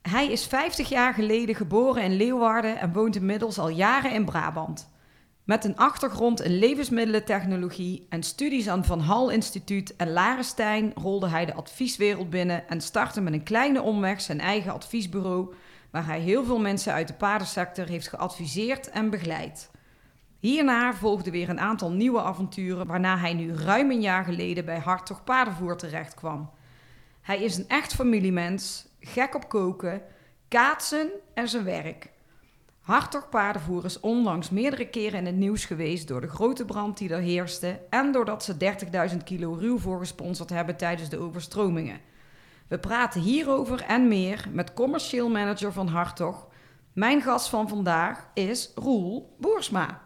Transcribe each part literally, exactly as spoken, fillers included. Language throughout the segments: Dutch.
Hij is vijftig jaar geleden geboren in Leeuwarden en woont inmiddels al jaren in Brabant. Met een achtergrond in levensmiddelentechnologie en studies aan Van Hal Instituut en Larestein rolde hij de advieswereld binnen en startte met een kleine omweg zijn eigen adviesbureau, waar hij heel veel mensen uit de paardensector heeft geadviseerd en begeleid. Hierna volgden weer een aantal nieuwe avonturen, waarna hij nu ruim een jaar geleden bij Hartog Paardenvoer terecht kwam. Hij is een echt familiemens, gek op koken, kaatsen en zijn werk. Hartog Paardenvoer is onlangs meerdere keren in het nieuws geweest door de grote brand die er heerste en doordat ze dertigduizend kilo ruw voorgesponsord hebben tijdens de overstromingen. We praten hierover en meer met commercieel manager van Hartog. Mijn gast van vandaag is Roel Boersma.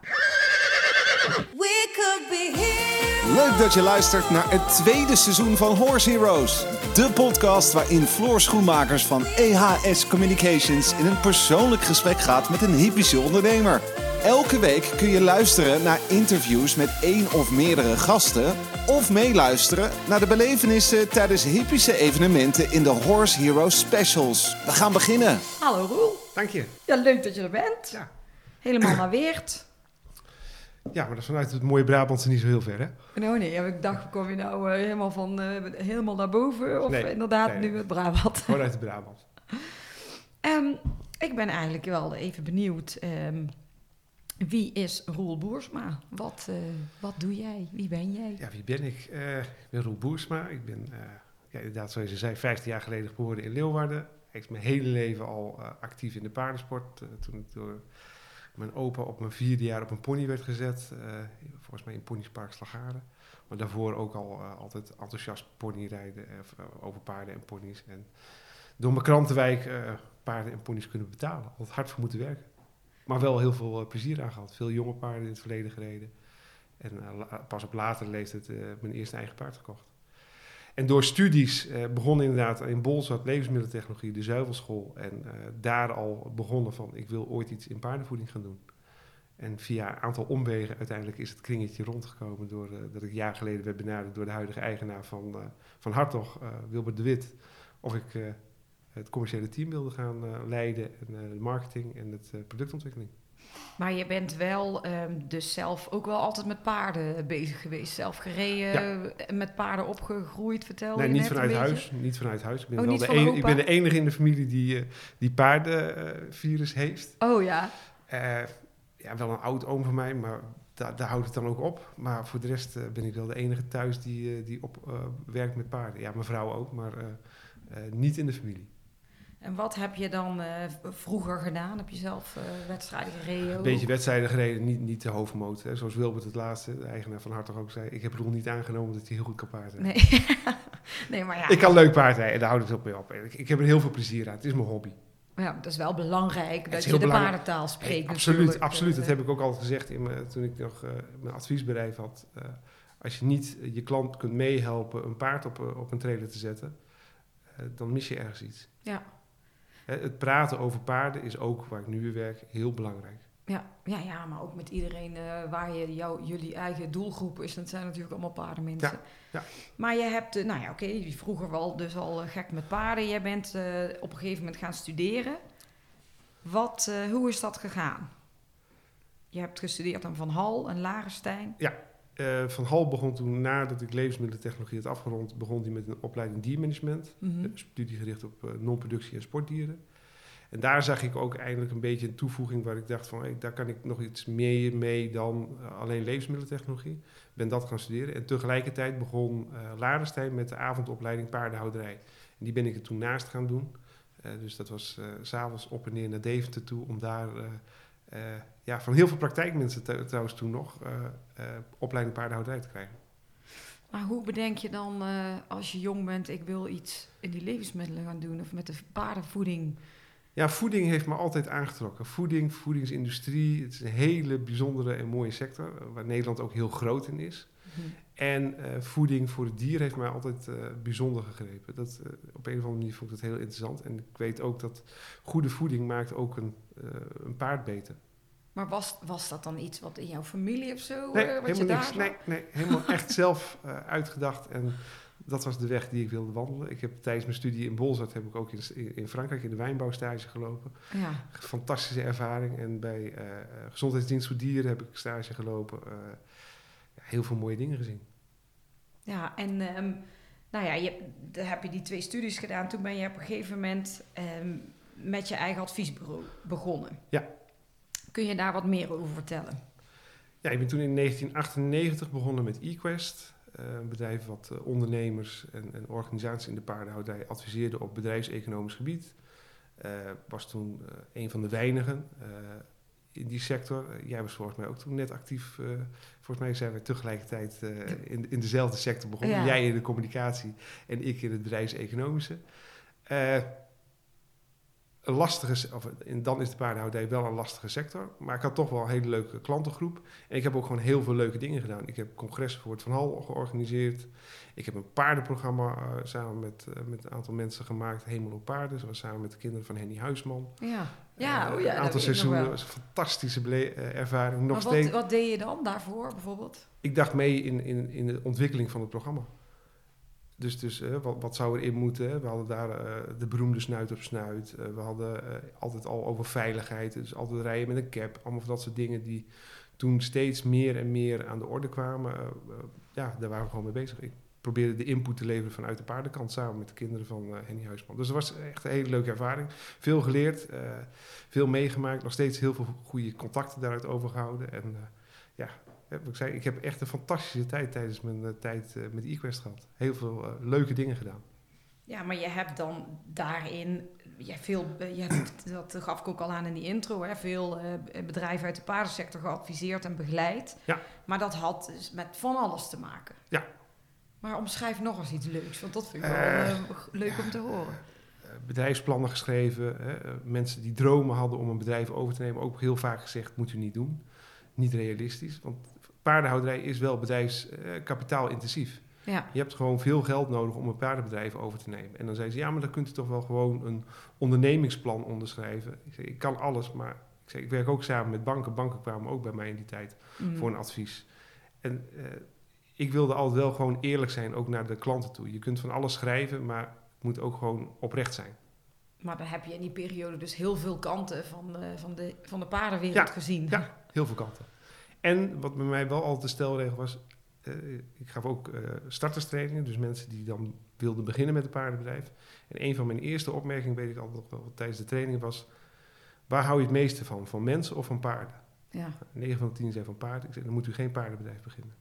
We could be here. Leuk dat je luistert naar het tweede seizoen van Horse Heroes. De podcast waarin Floor Schoenmakers van E H S Communications in een persoonlijk gesprek gaat met een hippische ondernemer. Elke week kun je luisteren naar interviews met één of meerdere gasten of meeluisteren naar de belevenissen tijdens hippische evenementen in de Horse Heroes Specials. We gaan beginnen. Hallo Roel. Dank je. Ja, leuk dat je er bent. Ja. Helemaal naar Weert. Ja, maar dat is vanuit het mooie Brabantse niet zo heel ver, hè? Nou nee, ik dacht, kom je nou uh, helemaal, van, uh, helemaal naar boven of Nee, inderdaad nee, nu nee. het Brabant? Gewoon uit de Brabant. um, ik ben eigenlijk wel even benieuwd, um, wie is Roel Boersma? Wat, uh, wat doe jij? Wie ben jij? Ja, wie ben ik? Uh, ik ben Roel Boersma. Ik ben, uh, ja, inderdaad, zoals je zei, vijftien jaar geleden geboren in Leeuwarden. Ik ben mijn hele leven al uh, actief in de paardensport. Uh, toen ik door mijn opa op mijn vierde jaar op een pony werd gezet. Uh, volgens mij in Ponypark Slagharen. Maar daarvoor ook al uh, altijd enthousiast ponyrijden uh, over paarden en ponies. En door mijn krantenwijk uh, paarden en ponies kunnen betalen. Altijd hard voor moeten werken. Maar wel heel veel uh, plezier aan gehad. Veel jonge paarden in het verleden gereden. En uh, la- pas op latere leeftijd uh, mijn eerste eigen paard gekocht. En door studies uh, begonnen inderdaad in Bolzwart levensmiddelentechnologie, de Zuivelschool. En uh, daar al begonnen van, ik wil ooit iets in paardenvoeding gaan doen. En via een aantal omwegen uiteindelijk is het kringetje rondgekomen door, uh, dat ik een jaar geleden werd benaderd door de huidige eigenaar van, uh, van Hartog, uh, Wilbert de Wit. Of ik uh, het commerciële team wilde gaan uh, leiden, en uh, de marketing en het uh, productontwikkeling. Maar je bent wel um, dus zelf ook wel altijd met paarden bezig geweest. Zelf gereden, ja. Met paarden opgegroeid, vertel Nee, je niet net vanuit een huis. Niet vanuit huis. Ik ben, Oh, wel niet de van een, opa? ik ben de enige in de familie die, uh, die paardenvirus uh, heeft. Oh ja. Uh, ja, wel een oud oom van mij, maar da- daar houdt het dan ook op. Maar voor de rest uh, ben ik wel de enige thuis die, uh, die op uh, werkt met paarden. Ja, mijn vrouw ook, maar uh, uh, niet in de familie. En wat heb je dan uh, vroeger gedaan? Heb je zelf uh, wedstrijden gereden? Een beetje wedstrijden gereden, niet, niet de hoofdmoot. Hè. Zoals Wilbert het laatste, de eigenaar van Hartog ook zei. Ik heb Roel niet aangenomen dat hij heel goed kan paardrijden. Nee. nee, maar ja. Ik kan leuk paardrijden en daar houd ik het ook mee op. Ik, ik heb er heel veel plezier aan. Het is mijn hobby. Ja, dat is wel belangrijk dat is je heel de belangrijk. paardentaal spreekt. Hey, absoluut, natuurlijk. absoluut. Dat Uh, heb ik ook altijd gezegd in me, toen ik nog uh, mijn adviesbedrijf had. Uh, als je niet je klant kunt meehelpen een paard op, uh, op een trailer te zetten, uh, dan mis je ergens iets. Ja. Hè, het praten over paarden is ook, waar ik nu weer werk, heel belangrijk. Ja, ja, ja, maar ook met iedereen uh, waar je jou, jullie eigen doelgroep is. Dat zijn natuurlijk allemaal paardenmensen. Ja, ja. Maar je hebt, uh, nou ja, oké, okay, vroeger wel dus al uh, gek met paarden. Jij bent uh, op een gegeven moment gaan studeren. Wat, uh, hoe is dat gegaan? Je hebt gestudeerd aan Van Hal en Larestein. Ja, uh, Van Hal begon toen, nadat ik levensmiddelentechnologie had afgerond, begon hij met een opleiding diermanagement. Mm-hmm. Een studie gericht op uh, non-productie en sportdieren. En daar zag ik ook eindelijk een beetje een toevoeging waar ik dacht van, hey, daar kan ik nog iets meer mee dan uh, alleen levensmiddelentechnologie. Ik ben dat gaan studeren. En tegelijkertijd begon uh, Larestein met de avondopleiding paardenhouderij. En die ben ik er toen naast gaan doen. Uh, dus dat was uh, 's avonds op en neer naar Deventer toe om daar uh, uh, ja, van heel veel praktijkmensen t- trouwens toen nog uh, uh, opleiding paardenhouderij te krijgen. Maar hoe bedenk je dan uh, als je jong bent, ik wil iets in die levensmiddelen gaan doen of met de paardenvoeding? Ja, voeding heeft me altijd aangetrokken. Voeding, voedingsindustrie, het is een hele bijzondere en mooie sector, waar Nederland ook heel groot in is. Mm-hmm. En uh, voeding voor het dier heeft mij altijd uh, bijzonder gegrepen. Dat, uh, op een of andere manier vond ik dat heel interessant. En ik weet ook dat goede voeding maakt ook een, uh, een paard beter. Maar was, was dat dan iets wat in jouw familie of zo? Nee, uh, wat helemaal je daar niks. zag? Nee, nee, helemaal echt zelf uh, uitgedacht. En dat was de weg die ik wilde wandelen. Ik heb tijdens mijn studie in Bolzart heb ik ook in, in Frankrijk in de wijnbouwstage gelopen. Ja. Fantastische ervaring. En bij uh, Gezondheidsdienst voor Dieren heb ik stage gelopen. Uh, ja, heel veel mooie dingen gezien. Ja, en um, nou ja, je, dan heb je die twee studies gedaan. Toen ben je op een gegeven moment um, met je eigen adviesbureau begonnen. Ja. Kun je daar wat meer over vertellen? Ja, ik ben toen in negentien achtennegentig begonnen met eQuest. Uh, een bedrijf wat uh, ondernemers en, en organisaties in de paardenhouderij adviseerde op bedrijfseconomisch gebied. Uh, was toen uh, een van de weinigen uh, in die sector. Uh, jij was volgens mij ook toen net actief. Uh, volgens mij zijn we tegelijkertijd uh, in, in dezelfde sector begonnen. Ja. Jij in de communicatie en ik in het bedrijfseconomische. Uh, Een lastige, of en dan is de paardenhouderij wel een lastige sector. Maar ik had toch wel een hele leuke klantengroep. En ik heb ook gewoon heel veel leuke dingen gedaan. Ik heb congressen voor het Van Hal georganiseerd. Ik heb een paardenprogramma uh, samen met, uh, met een aantal mensen gemaakt. Hemel op paarden. Dat was samen met de kinderen van Henny Huisman. Ja, ja, uh, oh ja een aantal seizoenen. Dat was een fantastische bele- uh, ervaring. Nog maar wat, steeds. wat deed je dan daarvoor bijvoorbeeld? Ik dacht mee in, in, in de ontwikkeling van het programma. Dus, dus uh, wat, wat zou erin moeten? Hè? We hadden daar uh, de beroemde snuit op snuit. Uh, we hadden uh, altijd al over veiligheid. Dus altijd rijden met een cap. Allemaal van dat soort dingen die toen steeds meer en meer aan de orde kwamen. Uh, uh, ja, daar waren we gewoon mee bezig. Ik probeerde de input te leveren vanuit de paardenkant samen met de kinderen van uh, Henny Huisman. Dus dat was echt een hele leuke ervaring. Veel geleerd, uh, veel meegemaakt. Nog steeds heel veel goede contacten daaruit overgehouden. En uh, ja... Ik, zei, ik heb echt een fantastische tijd tijdens mijn uh, tijd uh, met eQuest gehad. Heel veel uh, leuke dingen gedaan. Ja, maar je hebt dan daarin... Ja, veel, uh, je hebt, dat gaf ik ook al aan in die intro. Hè, veel uh, bedrijven uit de paardensector geadviseerd en begeleid. Ja. Maar dat had dus met van alles te maken. Ja. Maar omschrijf nog eens iets leuks. Want dat vind ik uh, wel uh, leuk om te horen. Uh, bedrijfsplannen geschreven. Hè, uh, mensen die dromen hadden om een bedrijf over te nemen. Ook heel vaak gezegd, moet u niet doen. Niet realistisch. Want paardenhouderij is wel bedrijfskapitaalintensief. Uh, ja. Je hebt gewoon veel geld nodig om een paardenbedrijf over te nemen. En dan zei ze, ja, maar dan kunt u toch wel gewoon een ondernemingsplan onderschrijven. Ik zei, ik kan alles, maar ik, zei, ik werk ook samen met banken. Banken kwamen ook bij mij in die tijd mm. voor een advies. En uh, ik wilde altijd wel gewoon eerlijk zijn, ook naar de klanten toe. Je kunt van alles schrijven, maar het moet ook gewoon oprecht zijn. Maar dan heb je in die periode dus heel veel kanten van de, van de, van de paardenwereld ja, gezien. Ja, heel veel kanten. En wat bij mij wel altijd de stelregel was... Uh, ik gaf ook uh, starterstrainingen. Dus mensen die dan wilden beginnen met een paardenbedrijf. En een van mijn eerste opmerkingen, weet ik altijd nog wel, tijdens de training was... Waar hou je het meeste van? Van mensen of van paarden? Ja. negen van de tien zei van paarden. Ik zei, dan moet u geen paardenbedrijf beginnen.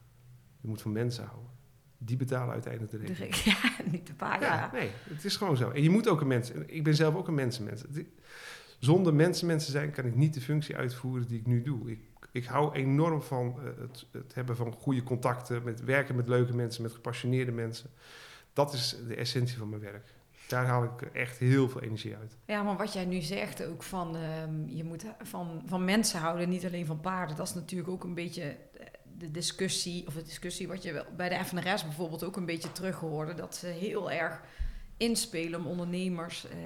U moet van mensen houden. Die betalen uiteindelijk de rekening. Ja, niet de paarden. Ja, nee, het is gewoon zo. En je moet ook een mens... Ik ben zelf ook een mensenmens. Zonder mensenmensen zijn kan ik niet de functie uitvoeren die ik nu doe. Ik Ik hou enorm van uh, het, het hebben van goede contacten, met werken met leuke mensen, met gepassioneerde mensen. Dat is de essentie van mijn werk. Daar haal ik echt heel veel energie uit. Ja, maar wat jij nu zegt ook van, um, je moet van, van mensen houden, niet alleen van paarden. Dat is natuurlijk ook een beetje de discussie, of de discussie wat je wel bij de F N R S bijvoorbeeld ook een beetje terughoorde. Dat ze heel erg inspelen om ondernemers... Uh,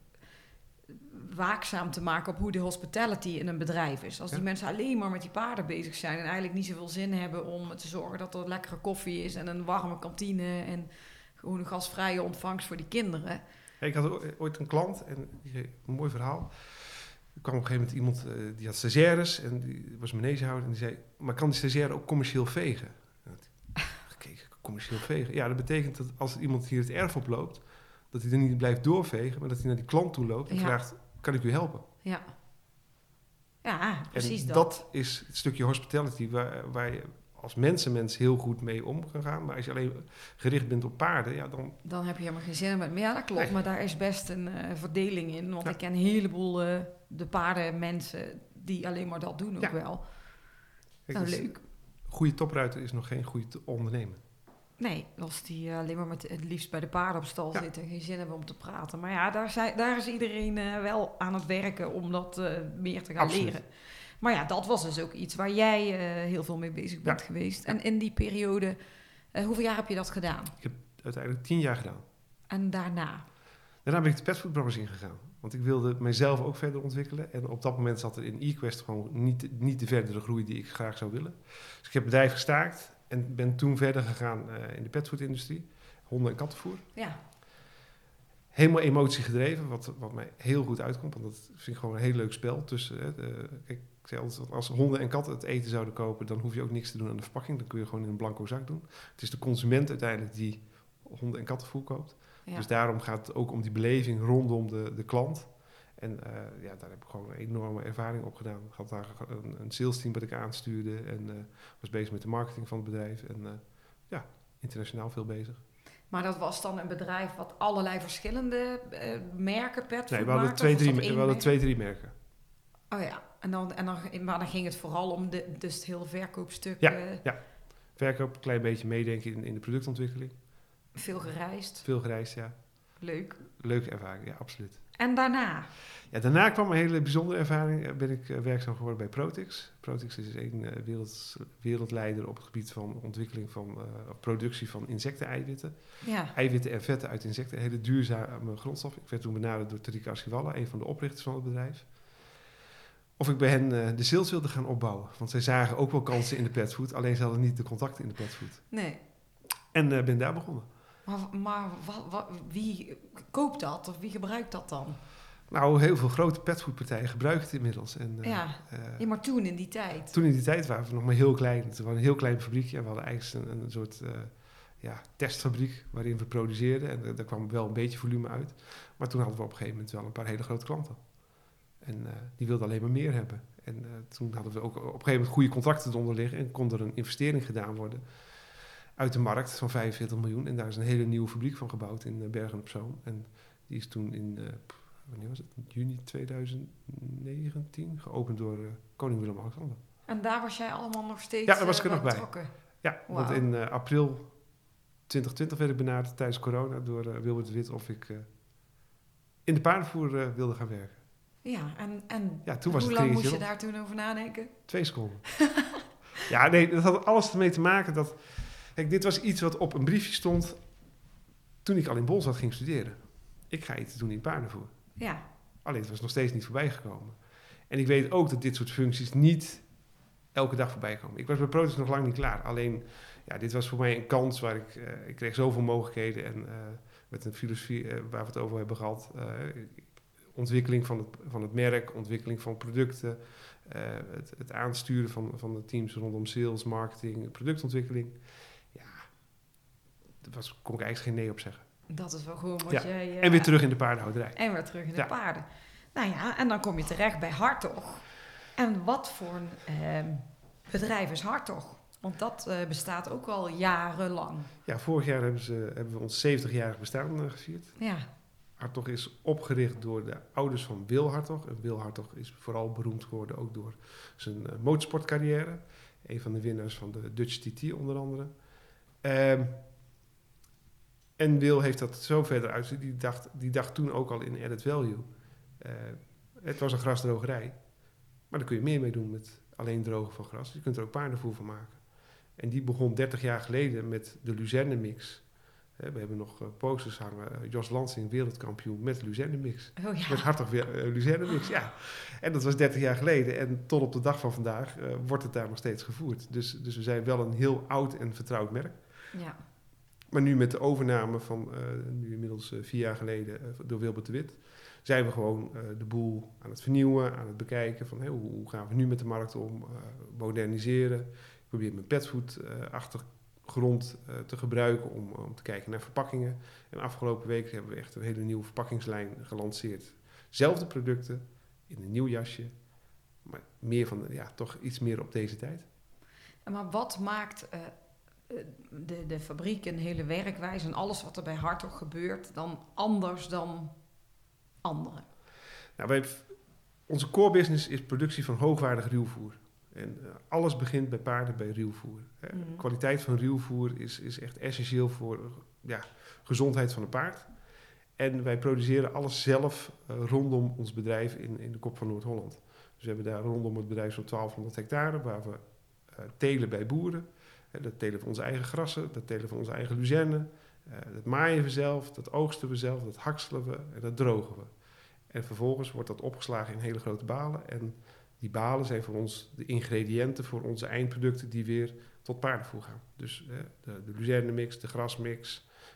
waakzaam te maken op hoe de hospitality in een bedrijf is. Als die ja. mensen alleen maar met die paarden bezig zijn... en eigenlijk niet zoveel zin hebben om te zorgen dat er lekkere koffie is... en een warme kantine en gewoon een gastvrije ontvangst voor die kinderen. Ja, ik had ooit een klant, en een mooi verhaal. Er kwam op een gegeven moment iemand, uh, die had stagiaires... en die was manegehouder en die zei... maar kan die stagiaire ook commercieel vegen? Gekeken, commercieel vegen? Ja, dat betekent dat als iemand hier het erf oploopt... dat hij er niet blijft doorvegen, maar dat hij naar die klant toe loopt en ja. vraagt, kan ik u helpen? Ja, ja precies en dat. dat is het stukje hospitality waar, waar je als mensenmens heel goed mee om kan gaan. Maar als je alleen gericht bent op paarden, ja, dan... Dan heb je helemaal geen zin in. Ja, dat klopt, nee. Maar daar is best een uh, verdeling in. Want ja. ik ken een heleboel uh, de paardenmensen die alleen maar dat doen ook ja. wel. Kijk, nou, dus leuk. Goede topruiter is nog geen goede ondernemer. Nee, als die uh, alleen maar met het liefst bij de paarden op stal ja. zitten en geen zin hebben om te praten. Maar ja, daar, zijn, daar is iedereen uh, wel aan het werken om dat uh, meer te gaan Absoluut. leren. Maar ja, dat was dus ook iets waar jij uh, heel veel mee bezig bent ja. geweest. En in die periode, uh, hoeveel jaar heb je dat gedaan? Ik heb uiteindelijk tien jaar gedaan. En daarna? Daarna ben ik de petfoodbranche ingegaan. Want ik wilde mezelf ook verder ontwikkelen. En op dat moment zat er in eQuest gewoon niet, niet de verdere groei die ik graag zou willen. Dus ik heb het bedrijf gestaakt. En ben toen verder gegaan uh, in de petfoodindustrie. honden- en kattenvoer. Ja. Helemaal emotiegedreven, wat, wat mij heel goed uitkomt. Want dat vind ik gewoon een heel leuk spel. Tussen, hè, de, kijk, ik zei altijd, als honden en katten het eten zouden kopen, dan hoef je ook niks te doen aan de verpakking. Dan kun je gewoon in een blanco zak doen. Het is de consument uiteindelijk die honden- en kattenvoer koopt. Ja. Dus daarom gaat het ook om die beleving rondom de, de klant. En uh, ja, daar heb ik gewoon een enorme ervaring op gedaan. Ik had daar een, een sales team wat ik aanstuurde en uh, was bezig met de marketing van het bedrijf. En uh, ja, internationaal veel bezig. Maar dat was dan een bedrijf wat allerlei verschillende uh, merken petfood Nee, we hadden, maakte, twee, of was drie, dat we één hadden merk? twee, drie merken. Oh ja, en dan, en dan, maar dan ging het vooral om de, dus het hele verkoopstuk. Ja, uh, ja. Verkoop, een klein beetje meedenken in, in de productontwikkeling. Veel gereisd. Veel gereisd, ja. Leuk. Leuke ervaring, ja, absoluut. En daarna? Ja, daarna kwam een hele bijzondere ervaring. Ben ik uh, werkzaam geworden bij Protix. Protix is een uh, wereld, wereldleider op het gebied van ontwikkeling van uh, productie van insecten-eiwitten. Ja. Eiwitten en vetten uit insecten, een hele duurzame grondstof. Ik werd toen benaderd door Tariq Aschiwalla, een van de oprichters van het bedrijf. Of ik bij hen uh, de sales wilde gaan opbouwen. Want zij zagen ook wel kansen in de petfood, alleen ze hadden niet de contacten in de petfood. Nee. En uh, ben daar begonnen. Maar, maar wat, wat, wie koopt dat of wie gebruikt dat dan? Nou, heel veel grote petfoodpartijen gebruiken het inmiddels. En, uh, Ja. uh, ja, maar toen in die tijd. Toen in die tijd waren we nog maar heel klein. Het was een heel klein fabriekje. We hadden eigenlijk een, een soort uh, ja, testfabriek waarin we produceerden. En uh, daar kwam wel een beetje volume uit. Maar toen hadden we op een gegeven moment wel een paar hele grote klanten. En uh, die wilden alleen maar meer hebben. En uh, toen hadden we ook op een gegeven moment goede contracten eronder liggen. En kon er een investering gedaan worden uit de markt van vijfenveertig miljoen. En daar is een hele nieuwe fabriek van gebouwd in uh, Bergen op Zoom. En die is toen in... Uh, wanneer was het? Juni tweeduizend negentien, geopend door uh, koning Willem-Alexander. En daar was jij allemaal nog steeds Ja, daar was ik er uh, nog bij. betrokken? Ja, Wow. want in uh, april twintig twintig werd ik benaderd tijdens corona door uh, Wilbert de Wit of ik uh, in de paardenvoer uh, wilde gaan werken. Ja, en, en Ja, toen was hoe het lang moest kringetje je rond. daar toen over nadenken? Twee seconden. Ja, nee, dat had alles ermee te maken dat... Kijk, dit was iets wat op een briefje stond toen ik al in Bolzwart ging studeren. Ik ga iets doen in paardenvoer. Ja. Alleen het was nog steeds niet voorbij gekomen. En ik weet ook dat dit soort functies niet elke dag voorbij komen. Ik was bij Protix nog lang niet klaar. Alleen, ja, dit was voor mij een kans waar ik... Uh, ik kreeg zoveel mogelijkheden. En uh, met een filosofie uh, waar we het over hebben gehad. Uh, ontwikkeling van het, van het merk, ontwikkeling van producten. Uh, het, het aansturen van, van de teams rondom sales, marketing, productontwikkeling. Ja, daar was, kon ik eigenlijk geen nee op zeggen. Dat is wel gewoon wat Ja. jij... Uh, En weer terug in de paardenhouderij. En weer terug in de Ja. paarden. Nou ja, en dan kom je terecht bij Hartog. En wat voor een uh, bedrijf is Hartog? Want dat uh, bestaat ook al jarenlang. Ja, vorig jaar hebben, ze, hebben we ons zeventigjarig bestaan uh, gevierd. Ja. Hartog is opgericht door de ouders van Wil Hartog. En Wil Hartog is vooral beroemd geworden ook door zijn uh, motorsportcarrière. Een van de winnaars van de Dutch T T onder andere. Um, en Wil heeft dat zo verder uit. Die dacht, die dacht toen ook al in added value. Uh, het was een grasdrogerij. Maar daar kun je meer mee doen met alleen drogen van gras. Je kunt er ook paardenvoer van maken. En die begon dertig jaar geleden met de Luzerne mix. We hebben nog uh, posters hangen. Uh, Jos Lansing, wereldkampioen met Luzerne mix. Oh ja. Met Hartog weer uh, Luzerne mix, ja. En dat was dertig jaar geleden. En tot op de dag van vandaag uh, wordt het daar nog steeds gevoerd. Dus, dus we zijn wel een heel oud en vertrouwd merk. Ja. Maar nu met de overname van, uh, nu inmiddels uh, vier jaar geleden, uh, door Wilbert de Wit, zijn we gewoon uh, de boel aan het vernieuwen, aan het bekijken van hey, hoe, hoe gaan we nu met de markt om, uh, moderniseren. Ik probeer mijn petfood uh, achtergrond uh, te gebruiken om, om te kijken naar verpakkingen. En afgelopen week hebben we echt een hele nieuwe verpakkingslijn gelanceerd. Zelfde producten, in een nieuw jasje, maar meer van, ja, toch iets meer op deze tijd. Maar wat maakt uh, de, de fabriek, een hele werkwijze en alles wat er bij Hartog gebeurt dan anders dan anderen? Nou, wij, onze core business is productie van hoogwaardig ruwvoer. En uh, alles begint bij paarden bij ruwvoer. Uh, Mm. Kwaliteit van ruwvoer is, is echt essentieel voor uh, ja, gezondheid van een paard. En wij produceren alles zelf uh, rondom ons bedrijf in, in de kop van Noord-Holland. Dus we hebben daar rondom het bedrijf zo'n twaalfhonderd hectare waar we uh, telen bij boeren. Uh, dat telen van onze eigen grassen, dat telen van onze eigen luzerne. Uh, dat maaien we zelf, dat oogsten we zelf, dat hakselen we en dat drogen we. En vervolgens wordt dat opgeslagen in hele grote balen. En die balen zijn voor ons de ingrediënten voor onze eindproducten die weer tot paardenvoer gaan. Dus eh, de, de luzerne mix, de grasmix,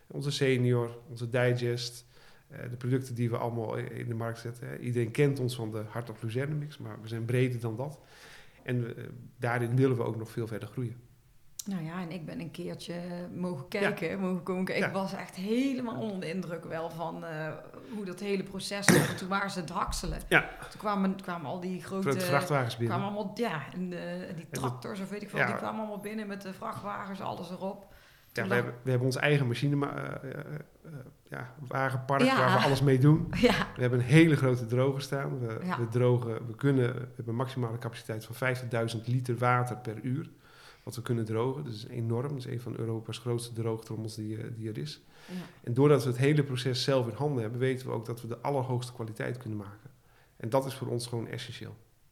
Onze Senior, onze Digest, uh, de producten die we allemaal in de markt zetten. Hè. Iedereen kent ons van de Hartog Luzernemix, maar we zijn breder dan dat. En uh, daarin willen we ook nog veel verder groeien. Nou ja, en ik ben een keertje mogen kijken, ja. mogen komen kijken. Ik Ja. was echt helemaal onder de indruk wel van uh, hoe dat hele proces was. Toen waren ze het hakselen. Ja. Toen kwamen, kwamen al die grote... Grote vrachtwagens binnen. Kwamen allemaal, ja, en, de, die tractors of weet ik veel, ja. die kwamen allemaal binnen met de vrachtwagens, alles erop. Ja, we, lag... hebben, we hebben ons eigen machine, uh, uh, uh, ja, wagenpark Ja. waar we alles mee doen. Ja. We hebben een hele grote droger staan. We, Ja. we drogen, we kunnen, we hebben een maximale capaciteit van vijftigduizend liter water per uur. Wat we kunnen drogen. Dat is enorm. Dat is een van Europa's grootste droogtrommels die, uh, die er is. Ja. En doordat we het hele proces zelf in handen hebben, weten we ook dat we de allerhoogste kwaliteit kunnen maken. En dat is voor ons gewoon essentieel.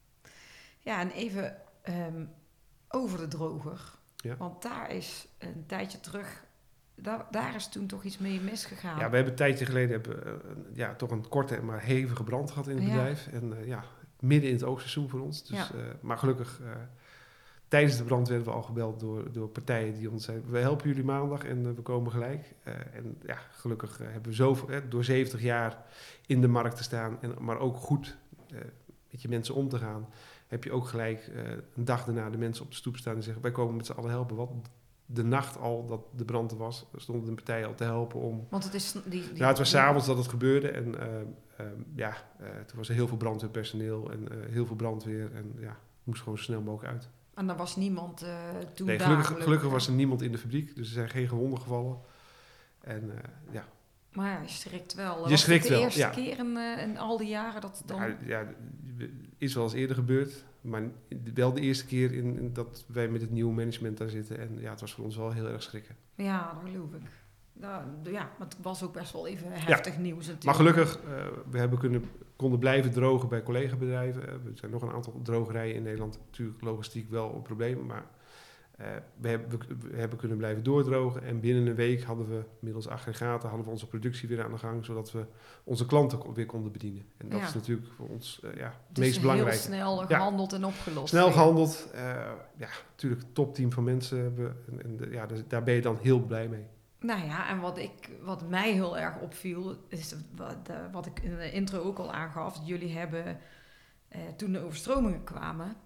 Ja, en even um, over de droger. Ja. Want daar is een tijdje terug, daar, daar is toen toch iets mee misgegaan. Ja, we hebben een tijdje geleden hebben, uh, ja, toch een korte maar hevige brand gehad in het Ja. bedrijf. En uh, ja, midden in het oogseizoen voor ons. Dus, Ja. uh, maar gelukkig, uh, tijdens de brand werden we al gebeld door, door partijen die ons zeiden, we helpen jullie maandag en uh, we komen gelijk. Uh, en ja, gelukkig uh, hebben we zoveel, uh, door zeventig jaar in de markt te staan, en, maar ook goed uh, met je mensen om te gaan, heb je ook gelijk uh, een dag daarna de mensen op de stoep staan en zeggen, wij komen met z'n allen helpen. Wat de nacht al dat de brand er was, stonden de partijen al te helpen om... Want het is... Die, die, Nou, het was die- 's avonds dat het gebeurde en uh, uh, ja, uh, toen was er heel veel brandweerpersoneel en uh, heel veel brandweer en ja, het moest gewoon zo snel mogelijk uit. En er was niemand uh, toen Nee, daar. gelukkig, gelukkig was er niemand in de fabriek, dus er zijn geen gewonden gevallen. En uh, ja, Maar ja, je schrikt wel. Je Was schrikt het de wel, eerste ja. keer in, uh, in al die jaren dat dan... ja, ja, is wel eens eerder gebeurd, maar wel de eerste keer in, in dat wij met het nieuwe management daar zitten. En ja, het was voor ons wel heel erg schrikken. Ja, dat geloof ik. Nou, d- ja, maar het was ook best wel even heftig nieuws natuurlijk. Maar gelukkig, uh, we hebben kunnen, konden blijven drogen bij collega-bedrijven. Uh, er zijn nog een aantal drogerijen in Nederland. Natuurlijk logistiek wel een probleem, maar uh, we, hebben, we, we hebben kunnen blijven doordrogen. En binnen een week hadden we, middels aggregaten, hadden we onze productie weer aan de gang, zodat we onze klanten weer konden bedienen. En dat Ja. is natuurlijk voor ons uh, ja, het het meest is belangrijke. heel snel Ja. gehandeld en opgelost. Snel gehandeld. Uh, ja, natuurlijk een topteam van mensen hebben. En, en de, ja, dus daar ben je dan heel blij mee. Nou ja, en wat, ik, wat mij heel erg opviel, is wat, uh, wat ik in de intro ook al aangaf. Jullie hebben, uh, toen de overstromingen kwamen,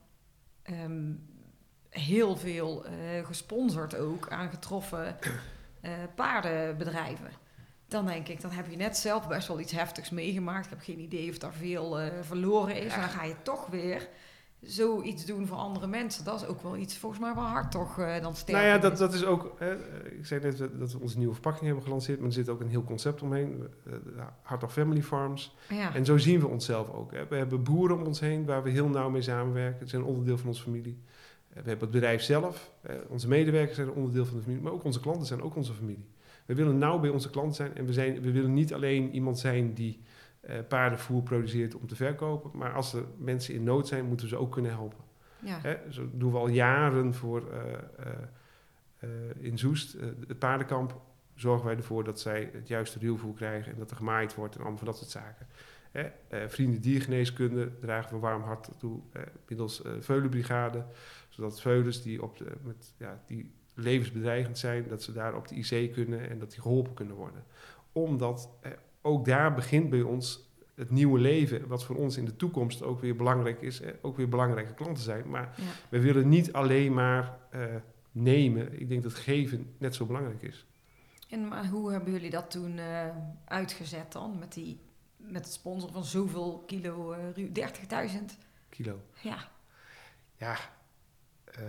um, heel veel uh, gesponsord ook aan getroffen uh, paardenbedrijven. Dan denk ik, dan heb je net zelf best wel iets heftigs meegemaakt. Ik heb geen idee of daar veel uh, verloren is. En dan ga je toch weer zoiets doen voor andere mensen. Dat is ook wel iets, volgens mij wel hard toch, uh, dan sterven. Nou ja, dat, is. dat is ook... Hè, ik zei net dat dat we onze nieuwe verpakking hebben gelanceerd, maar er zit ook een heel concept omheen. Uh, Heart of Family Farms. Ja. En zo zien we onszelf ook. Hè. We hebben boeren om ons heen waar we heel nauw mee samenwerken. Ze zijn een onderdeel van onze familie. Uh, we hebben het bedrijf zelf. Uh, onze medewerkers zijn een onderdeel van de familie. Maar ook onze klanten zijn ook onze familie. We willen nauw bij onze klanten zijn. En we, zijn, we willen niet alleen iemand zijn die uh, paardenvoer produceert om te verkopen. Maar als er mensen in nood zijn, moeten we ze ook kunnen helpen. Ja. Hè, zo doen we al jaren voor uh, uh, uh, in Zoest, uh, het paardenkamp. Zorgen wij ervoor dat zij het juiste ruwvoer krijgen en dat er gemaaid wordt en allemaal van dat soort zaken. Hè, uh, vrienden diergeneeskunde dragen we warm hart toe uh, middels uh, veulenbrigade. Zodat veulens die, op de, met, ja, die levensbedreigend zijn, dat ze daar op de I C kunnen en dat die geholpen kunnen worden. Omdat uh, ook daar begint bij ons het nieuwe leven, wat voor ons in de toekomst ook weer belangrijk is, eh, ook weer belangrijke klanten zijn. Maar Ja. we willen niet alleen maar uh, nemen. Ik denk dat geven net zo belangrijk is. En maar hoe hebben jullie dat toen uh, uitgezet dan? Met, die, met het sponsoren van zoveel kilo, uh, dertigduizend? Kilo. Ja. Ja. Uh,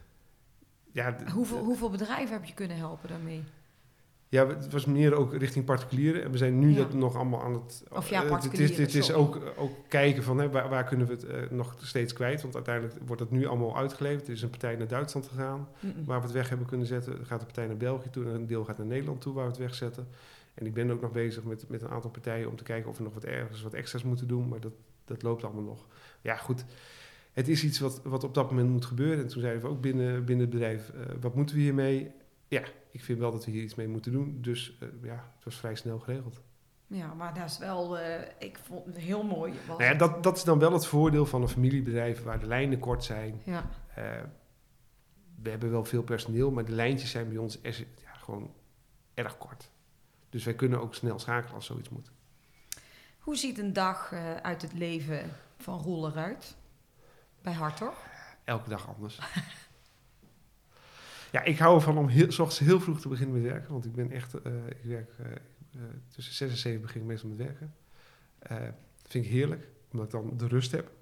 ja d- Hoeveel, d- hoeveel bedrijven heb je kunnen helpen daarmee? Ja, het was meer ook richting particulieren. En we zijn nu Ja. dat nog allemaal aan het... Of ja, eh, particulieren, Het is, het is sorry. ook, ook kijken van hè, waar, waar kunnen we het uh, nog steeds kwijt. Want uiteindelijk wordt het nu allemaal uitgeleverd. Er is een partij naar Duitsland gegaan Mm-mm. waar we het weg hebben kunnen zetten. Er gaat een partij naar België toe en een deel gaat naar Nederland toe waar we het wegzetten. En ik ben ook nog bezig met, met een aantal partijen om te kijken of we nog wat ergens wat extra's moeten doen. Maar dat, dat loopt allemaal nog. Ja, goed. Het is iets wat, wat op dat moment moet gebeuren. En toen zeiden we ook binnen, binnen het bedrijf, uh, wat moeten we hiermee? Ja, ik vind wel dat we hier iets mee moeten doen. Dus uh, ja, het was vrij snel geregeld. Ja, maar dat is wel, uh, ik vond het heel mooi. Was Nou ja, het. dat, dat is dan wel het voordeel van een familiebedrijf waar de lijnen kort zijn. Ja. Uh, we hebben wel veel personeel, maar de lijntjes zijn bij ons er, ja, gewoon erg kort. Dus wij kunnen ook snel schakelen als zoiets moet. Hoe ziet een dag uh, uit het leven van Roel eruit? Bij Hartog? Elke dag anders. Ja, ik hou ervan om heel, 's ochtends heel vroeg te beginnen met werken. Want ik ben echt... Uh, ik werk uh, uh, tussen zes en zeven begin ik meestal met werken. Uh, dat vind ik heerlijk, omdat ik dan de rust heb.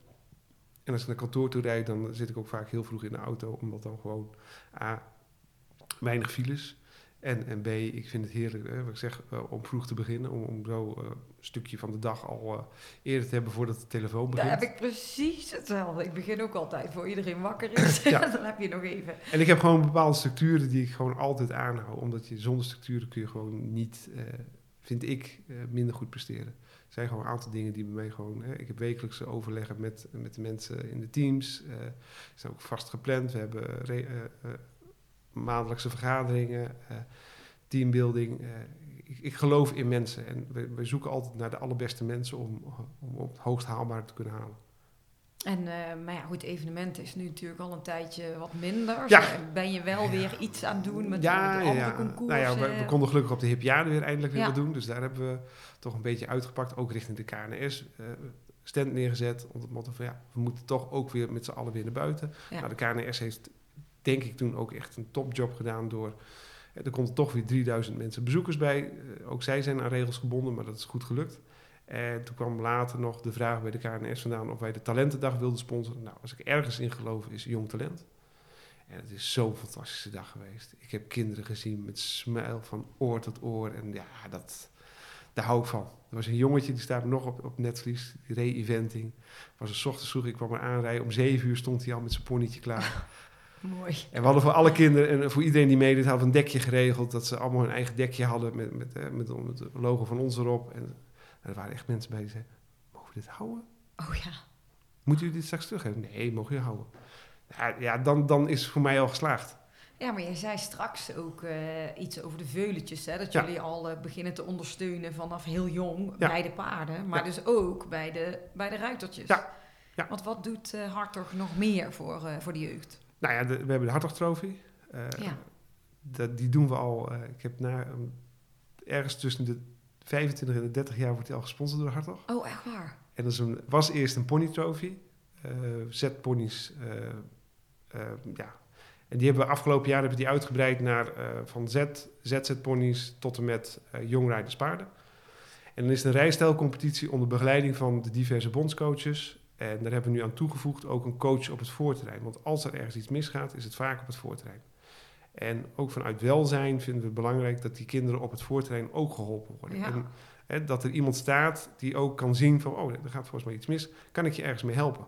En als ik naar kantoor toe rijd, dan zit ik ook vaak heel vroeg in de auto. Omdat dan gewoon... A, weinig files. En, en B, ik vind het heerlijk, hè, wat ik zeg, uh, om vroeg te beginnen. Om, om zo uh, een stukje van de dag al uh, eerder te hebben voordat de telefoon begint. Daar heb ik precies hetzelfde. Ik begin ook altijd voor iedereen wakker is. Ja. Dan heb je nog even. En ik heb gewoon bepaalde structuren die ik gewoon altijd aanhoud. Omdat je zonder structuren kun je gewoon niet, uh, vind ik, uh, minder goed presteren. Er zijn gewoon een aantal dingen die bij mij gewoon... Hè, ik heb wekelijkse overleggen met, met de mensen in de teams. Uh, die zijn ook vast gepland. We hebben... Re, uh, uh, maandelijkse vergaderingen, uh, teambuilding. Uh, ik, ik geloof in mensen en we, we zoeken altijd naar de allerbeste mensen om, om op het hoogst haalbare te kunnen halen. En uh, maar ja, goed, evenement is nu natuurlijk al een tijdje wat minder. Ja. Zo, ben je wel weer iets aan het doen met, ja, met andere ja. concoursen? Nou ja, we, we konden gelukkig op de Hippiade weer eindelijk weer ja. wat doen. Dus daar hebben we toch een beetje uitgepakt, ook richting de K N S. Uh, stand neergezet onder het motto van ja, we moeten toch ook weer met z'n allen weer naar buiten. Ja. Nou, de K N S heeft... denk ik toen ook echt een topjob gedaan door... Er konden toch weer drieduizend mensen bezoekers bij. Uh, ook zij zijn aan regels gebonden, maar dat is goed gelukt. En toen kwam later nog de vraag bij de K N S vandaan... of wij de Talentendag wilden sponsoren. Nou, als ik ergens in geloof, is Jong Talent. En het is zo'n fantastische dag geweest. Ik heb kinderen gezien met smile van oor tot oor. En ja, dat, daar hou ik van. Er was een jongetje, die staat nog op, op netvlies. Die re-eventing. Was een 's ochtends vroeg, ik kwam er aanrijden. Om zeven uur stond hij al met zijn ponnetje klaar. Mooi. En we hadden voor alle kinderen en voor iedereen die meedeed, hadden we een dekje geregeld. Dat ze allemaal hun eigen dekje hadden met, met, met, met, met het logo van ons erop. En, en er waren echt mensen bij die zeiden, mogen we dit houden? Oh ja. Moeten jullie dit straks teruggeven? Nee, mogen jullie houden. Ja, ja dan, dan is het voor mij al geslaagd. Ja, maar jij zei straks ook uh, iets over de veuletjes. Hè? Dat Ja. jullie al uh, beginnen te ondersteunen vanaf heel jong Ja. bij de paarden. Maar Ja. dus ook bij de, bij de ruitertjes. Ja. Ja. Want wat doet uh, Hartog nog meer voor, uh, voor de jeugd? Nou ja, de, we hebben de Hartog Trophy. Uh, Ja. dat, die doen we al. Uh, ik heb na, um, ergens tussen de vijfentwintig en de dertig jaar wordt die al gesponsord door Hartog. Oh, echt waar? En dat is een, was eerst een pony trophy. Uh, Z-ponies. Uh, uh, ja. En die hebben we afgelopen jaar hebben we die uitgebreid naar uh, van Z, Z Z-ponies tot en met uh, jongrijderspaarden. En dan is het een rijstijlcompetitie onder begeleiding van de diverse bondscoaches. En daar hebben we nu aan toegevoegd ook een coach op het voorterrein. Want als er ergens iets misgaat, is het vaak op het voorterrein. En ook vanuit welzijn vinden we het belangrijk dat die kinderen op het voorterrein ook geholpen worden. Ja. En hè, dat er iemand staat die ook kan zien van, oh, er gaat volgens mij iets mis. Kan ik je ergens mee helpen?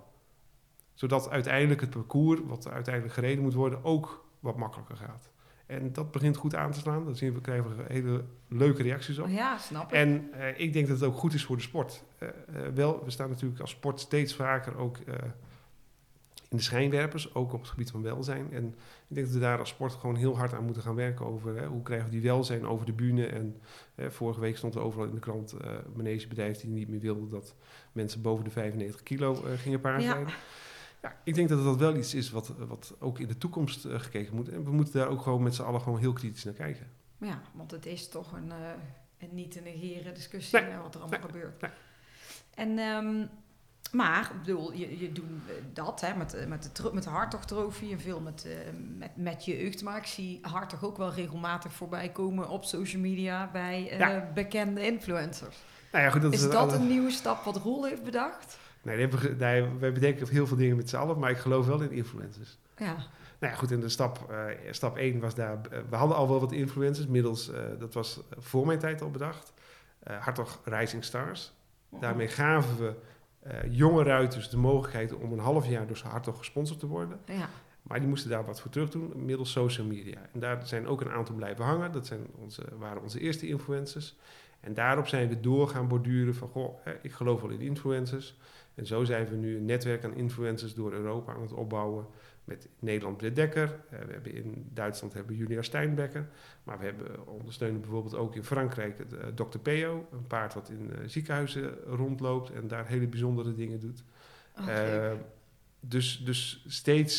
Zodat uiteindelijk het parcours, wat uiteindelijk gereden moet worden, ook wat makkelijker gaat. En dat begint goed aan te slaan. Daar zien we, krijgen we hele leuke reacties op. Oh ja, snap ik. En uh, ik denk dat het ook goed is voor de sport. Uh, uh, wel, we staan natuurlijk als sport steeds vaker ook uh, in de schijnwerpers, ook op het gebied van welzijn. En ik denk dat we daar als sport gewoon heel hard aan moeten gaan werken over hè, hoe krijgen we die welzijn over de bühne. En uh, vorige week stond er overal in de krant uh, een manegebedrijf die niet meer wilde dat mensen boven de vijfennegentig kilo uh, gingen paardrijden. Ja. Ja, ik denk dat dat wel iets is wat, wat ook in de toekomst uh, gekeken moet. En we moeten daar ook gewoon met z'n allen gewoon heel kritisch naar kijken. Ja, want het is toch een, uh, een niet te negeren discussie Nee. hè, wat er allemaal Nee. gebeurt. Nee. En, um, maar, ik bedoel, je, je doet dat hè, met, met de, tro- met de Hartog Trophy en veel met, uh, met, met jeugd. Maar ik zie Hartog ook wel regelmatig voorbij komen op social media bij uh, Ja. bekende influencers. Nou ja, goed, dat Is is dat alle- een nieuwe stap wat Roel heeft bedacht? Nee, die hebben we ge- nee, wij bedenken heel veel dingen met z'n allen, maar ik geloof wel in influencers. Ja. Nou ja, goed, en de stap, uh, stap één was daar... Uh, we hadden al wel wat influencers, middels, uh, dat was voor mijn tijd al bedacht. Uh, Hartog Rising Stars. Daarmee gaven we uh, jonge ruiters de mogelijkheid om een half jaar door Hartog gesponsord te worden. Ja. Maar die moesten daar wat voor terug doen, middels social media. En daar zijn ook een aantal blijven hangen. Dat zijn onze, waren onze eerste influencers. En daarop zijn we door gaan borduren van, goh, hè, ik geloof wel in influencers. En zo zijn we nu een netwerk aan influencers door Europa aan het opbouwen. Met in Nederland Britt Dekker. Uh, we hebben in Duitsland hebben we Julia Steinbecker. Maar we hebben ondersteunen bijvoorbeeld ook in Frankrijk het, uh, dokter Peo. Een paard wat in uh, ziekenhuizen rondloopt en daar hele bijzondere dingen doet. Oh, Uh, leuk. dus, dus steeds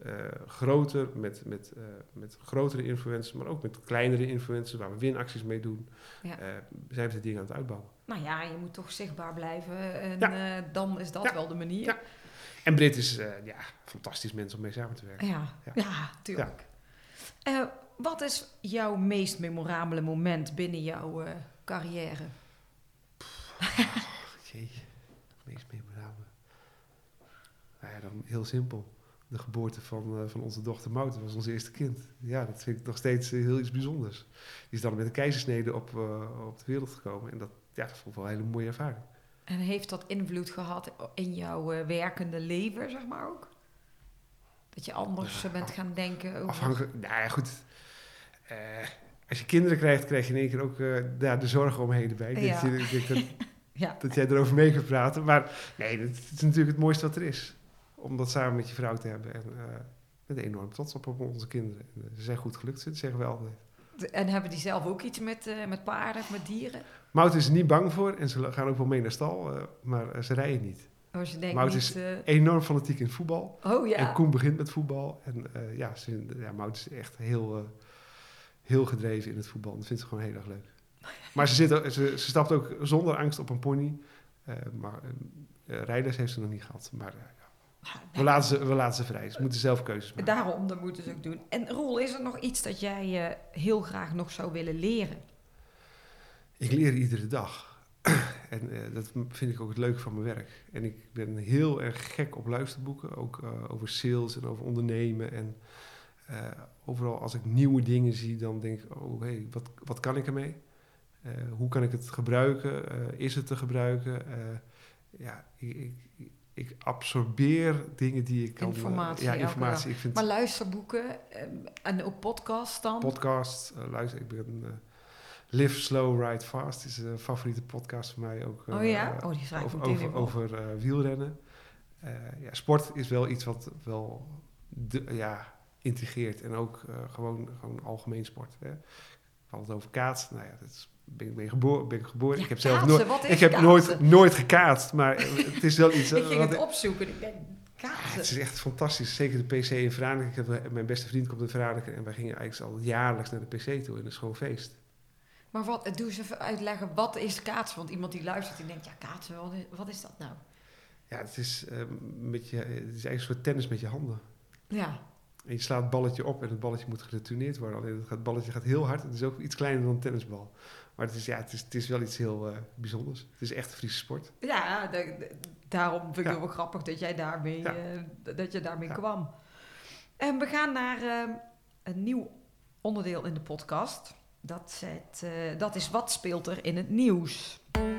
uh, groter, met, met, uh, met grotere influencers, maar ook met kleinere influencers, waar we winacties mee doen, Ja. uh, zijn we de dingen aan het uitbouwen. Nou ja, je moet toch zichtbaar blijven en Ja. uh, dan is dat Ja. wel de manier. Ja. En Brit is uh, ja, fantastisch mensen om mee samen te werken. Ja, ja. Ja. ja tuurlijk. Ja. Uh, wat is jouw meest memorabele moment binnen jouw uh, carrière? Jee, meest memorabele. Nou ja, dan heel simpel. De geboorte van, uh, van onze dochter Mout, dat was ons eerste kind. Ja, dat vind ik nog steeds uh, heel iets bijzonders. Die is dan met een keizersnede op, uh, op de wereld gekomen. En dat, ja, dat vond ik wel een hele mooie ervaring. En heeft dat invloed gehad in jouw uh, werkende leven, zeg maar ook? Dat je anders Ja, bent af, gaan denken over... Afhankelijk, nou ja, goed. Uh, als je kinderen krijgt, krijg je in één keer ook uh, ja, de zorgen omheen erbij. Ja. Dat, je, ik denk dat, ja. dat jij erover mee gaat praten. Maar nee, dat is natuurlijk het mooiste wat er is. Om dat samen met je vrouw te hebben. En uh, ik ben enorm trots op, op onze kinderen. En, uh, ze zijn goed gelukt, dat zeggen we altijd. En hebben die zelf ook iets met, uh, met paarden, met dieren? Mout is er niet bang voor en ze gaan ook wel mee naar stal, uh, maar uh, ze rijden niet. Als je denkt Mout niet, is uh... enorm fanatiek in het voetbal. Oh ja. En Koen begint met voetbal. En uh, ja, ze, ja, Mout is echt heel, uh, heel gedreven in het voetbal. En dat vindt ze gewoon heel erg leuk. Maar ze, zit, ze, ze stapt ook zonder angst op een pony. Uh, maar uh, rijders heeft ze nog niet gehad. Maar uh, ja. we, laten ze, we laten ze vrij. Ze moeten zelf keuzes maken. Daarom, dat moeten ze ook doen. En Roel, is er nog iets dat jij uh, heel graag nog zou willen leren? Ik leer iedere dag. En uh, dat vind ik ook het leuke van mijn werk. En ik ben heel erg gek op luisterboeken. Ook uh, over sales en over ondernemen. En uh, overal als ik nieuwe dingen zie, dan denk ik... oh, hé, hey, wat, wat kan ik ermee? Uh, hoe kan ik het gebruiken? Uh, is het te gebruiken? Uh, ja, ik, ik, ik absorbeer dingen die ik kan... Informatie. Uh, ja, informatie. Ik vind maar luisterboeken um, en ook podcasts dan? Podcasts, uh, luister, ik ben... Uh, Live Slow, Ride Fast is een favoriete podcast voor mij ook. Uh, oh ja? Oh, die schrijf ik over, over, over uh, wielrennen. Uh, ja, sport is wel iets wat wel de, ja, integreert. En ook uh, gewoon, gewoon algemeen sport. Hè. We hadden het over kaatsen. Nou ja, dat is, ben, ik ben, geboren, ben ik geboren. Ja, ik heb kaatsen, zelf nooit, ik heb nooit, nooit gekaatst. Maar het is wel iets... ik ging wat het ik, opzoeken. Ik denk, kaatsen. Ja, het is echt fantastisch. Zeker de P C in Franeker. Mijn beste vriend komt in Franeker. En wij gingen eigenlijk al jaarlijks naar de P C toe. En dat is gewoon feest. Maar wat, doe eens even uitleggen, wat is kaatsen? Want iemand die luistert, die denkt, ja, kaatsen, wat is, wat is dat nou? Ja, het is, uh, met je, het is eigenlijk een soort tennis met je handen. Ja. En je slaat het balletje op en het balletje moet geretourneerd worden. Alleen het, gaat, het balletje gaat heel hard. Het is ook iets kleiner dan een tennisbal. Maar het is, ja, het is, het is wel iets heel uh, bijzonders. Het is echt een Friese sport. Ja, de, de, daarom vind ik ja. het wel grappig dat jij daarmee, Ja. uh, dat je daarmee ja. kwam. En we gaan naar uh, een nieuw onderdeel in de podcast. Dat, het, uh, dat is wat speelt er in het nieuws.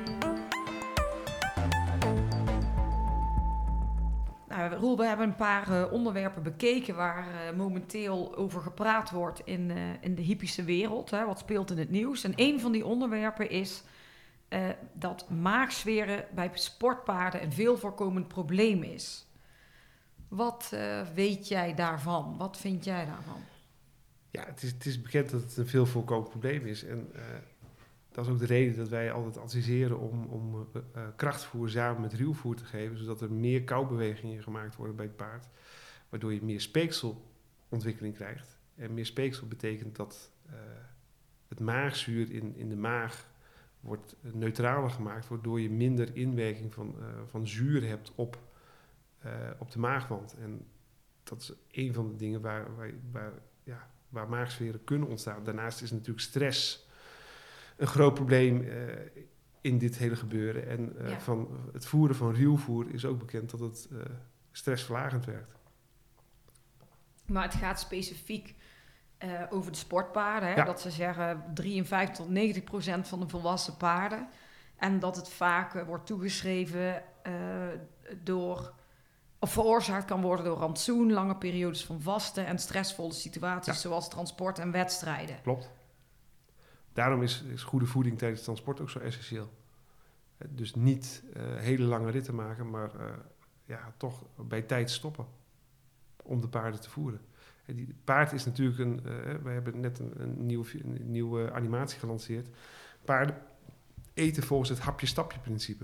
Nou, Roel, we hebben een paar uh, onderwerpen bekeken waar uh, momenteel over gepraat wordt in, uh, in de hippische wereld. Hè, wat speelt in het nieuws. En een van die onderwerpen is uh, dat maagzweren bij sportpaarden een veel voorkomend probleem is. Wat uh, weet jij daarvan? Wat vind jij daarvan? Ja, het is, het is bekend dat het een veel voorkomend probleem is. En uh, dat is ook de reden dat wij altijd adviseren om, om uh, uh, krachtvoer samen met ruwvoer te geven, zodat er meer koubewegingen gemaakt worden bij het paard. Waardoor je meer speekselontwikkeling krijgt. En meer speeksel betekent dat uh, het maagzuur in, in de maag wordt neutraler gemaakt, waardoor je minder inwerking van, uh, van zuur hebt op, uh, op de maagwand. En dat is een van de dingen waar, waar, waar ja, waar maagzweren kunnen ontstaan. Daarnaast is natuurlijk stress een groot probleem uh, in dit hele gebeuren. En uh, ja. van het voeren van ruwvoer is ook bekend dat het uh, stressverlagend werkt. Maar het gaat specifiek uh, over de sportpaarden. Hè? Ja. Dat ze zeggen drieënvijftig tot negentig procent van de volwassen paarden. En dat het vaak uh, wordt toegeschreven uh, door... of veroorzaakt kan worden door rantsoen, lange periodes van vasten en stressvolle situaties, ja. zoals transport en wedstrijden. Klopt. Daarom is, is goede voeding tijdens het transport ook zo essentieel. Dus niet uh, hele lange ritten maken, maar uh, ja, toch bij tijd stoppen om de paarden te voeren. En die paard is natuurlijk een... Uh, we hebben net een, een, nieuw, een nieuwe animatie gelanceerd. Paarden eten volgens het hapje-stapje principe.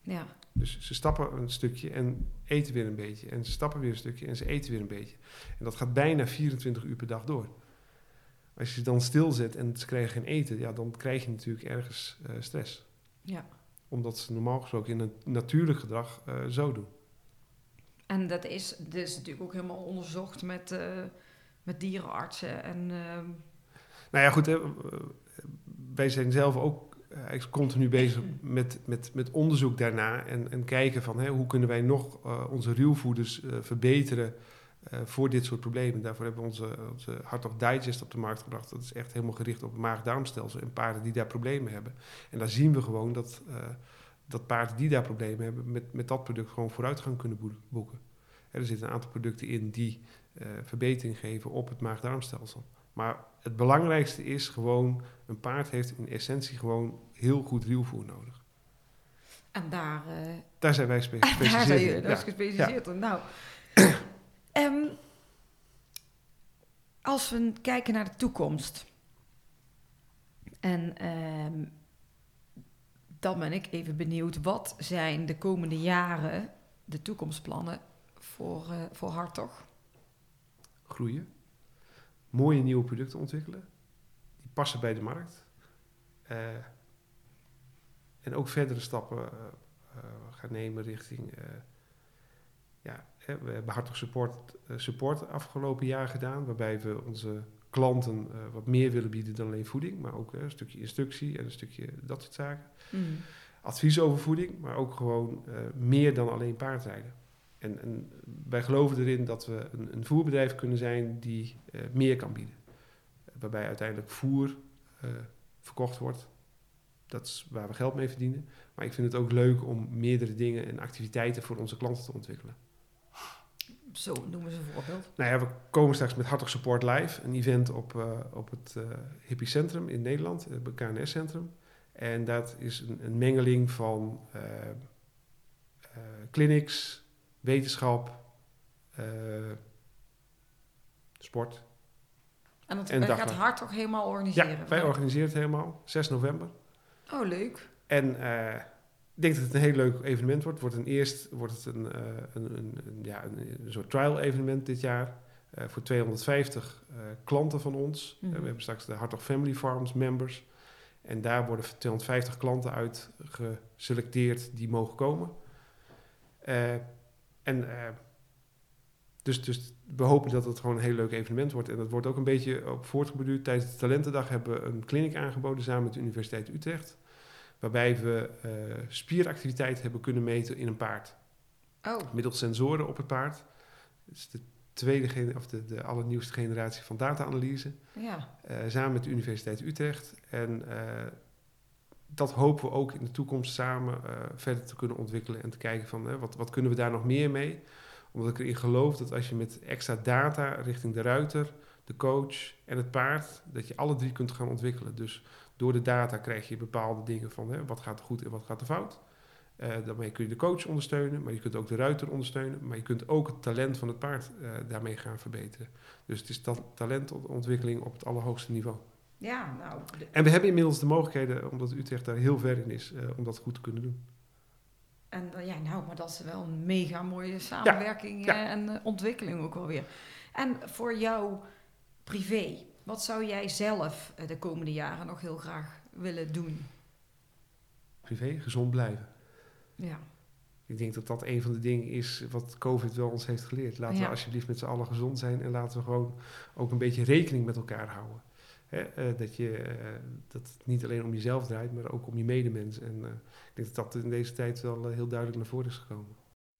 Ja. Dus ze stappen een stukje en eten weer een beetje. En ze stappen weer een stukje en ze eten weer een beetje. En dat gaat bijna vierentwintig uur per dag door. Als je ze dan stilzet en ze krijgen geen eten, ja, dan krijg je natuurlijk ergens uh, stress. Ja. Omdat ze normaal gesproken in het natuurlijk gedrag uh, zo doen. En dat is, dat is natuurlijk ook helemaal onderzocht met, uh, met dierenartsen. En, uh... Nou ja, goed, hè, wij zijn zelf ook uh, continu bezig met, met, met onderzoek daarna. En, en kijken van hè, hoe kunnen wij nog uh, onze ruwvoeders uh, verbeteren uh, voor dit soort problemen. Daarvoor hebben we onze, onze Heart of Digest op de markt gebracht. Dat is echt helemaal gericht op het maag-darmstelsel en paarden die daar problemen hebben. En daar zien we gewoon dat, uh, dat paarden die daar problemen hebben met, met dat product gewoon vooruitgang kunnen boeken. Er zitten een aantal producten in die uh, verbetering geven op het maag-darmstelsel. Maar het belangrijkste is gewoon, een paard heeft in essentie gewoon heel goed ruwvoer nodig. En daar... Uh, daar zijn wij spe- gespecialiseerd daar zijn je, in. daar is Ja. gespecialiseerd Ja. in. Nou, um, als we kijken naar de toekomst. En um, dan ben ik even benieuwd, wat zijn de komende jaren de toekomstplannen voor, uh, voor Hartog? Groeien. Mooie nieuwe producten ontwikkelen. Die passen bij de markt. Uh, en ook verdere stappen uh, uh, gaan nemen richting... Uh, ja, hè, we hebben Hartog Support, uh, support afgelopen jaar gedaan, waarbij we onze klanten uh, wat meer willen bieden dan alleen voeding, maar ook uh, een stukje instructie en een stukje dat soort zaken. Mm. Advies over voeding, maar ook gewoon uh, meer dan alleen paardrijden. En, en wij geloven erin dat we een, een voerbedrijf kunnen zijn die uh, meer kan bieden. Waarbij uiteindelijk voer uh, verkocht wordt. Dat is waar we geld mee verdienen. Maar ik vind het ook leuk om meerdere dingen en activiteiten voor onze klanten te ontwikkelen. Zo, noem eens een voorbeeld. Nou ja, we komen straks met Hartog Support Live. Een event op, uh, op het uh, Hippie Centrum in Nederland. Het K N S-centrum. En dat is een, een mengeling van uh, uh, clinics, wetenschap, uh, sport. En dat en gaat Hartog helemaal organiseren? Ja, wij organiseren het helemaal. zes november. Oh, leuk. En uh, ik denk dat het een heel leuk evenement wordt. Wordt een eerst wordt het een, uh, een, een, een, ja, een, een soort trial evenement dit jaar. Uh, voor tweehonderdvijftig uh, klanten van ons. Mm-hmm. Uh, we hebben straks de Hartog Family Farms members. En daar worden tweehonderdvijftig klanten uit geselecteerd die mogen komen. Uh, en uh, dus, dus we hopen dat het gewoon een heel leuk evenement wordt. En dat wordt ook een beetje op voortgeborduurd. Tijdens de Talentendag hebben we een kliniek aangeboden samen met de Universiteit Utrecht. Waarbij we uh, spieractiviteit hebben kunnen meten in een paard. Oh. Middels sensoren op het paard. Het is de tweede gener- of de, de allernieuwste generatie van data-analyse. Ja. Uh, samen met de Universiteit Utrecht. En uh, dat hopen we ook in de toekomst samen uh, verder te kunnen ontwikkelen. En te kijken van uh, wat, wat kunnen we daar nog meer mee. Omdat ik erin geloof dat als je met extra data richting de ruiter, de coach en het paard, dat je alle drie kunt gaan ontwikkelen. Dus door de data krijg je bepaalde dingen van hè, wat gaat er goed en wat gaat er fout. Uh, daarmee kun je de coach ondersteunen, maar je kunt ook de ruiter ondersteunen. Maar je kunt ook het talent van het paard uh, daarmee gaan verbeteren. Dus het is ta- talentontwikkeling op het allerhoogste niveau. Ja, nou... De... En we hebben inmiddels de mogelijkheden, omdat Utrecht daar heel ver in is, uh, om dat goed te kunnen doen. En uh, ja, nou, maar dat is wel een mega mooie samenwerking ja, ja. Uh, en uh, ontwikkeling ook wel weer. En voor jou privé, wat zou jij zelf uh, de komende jaren nog heel graag willen doen? Privé, gezond blijven. Ja. Ik denk dat dat een van de dingen is wat COVID wel ons heeft geleerd. Laten ja. we alsjeblieft met z'n allen gezond zijn en laten we gewoon ook een beetje rekening met elkaar houden. Hè, uh, dat, je, uh, dat het niet alleen om jezelf draait, maar ook om je medemens. En uh, ik denk dat dat in deze tijd wel uh, heel duidelijk naar voren is gekomen.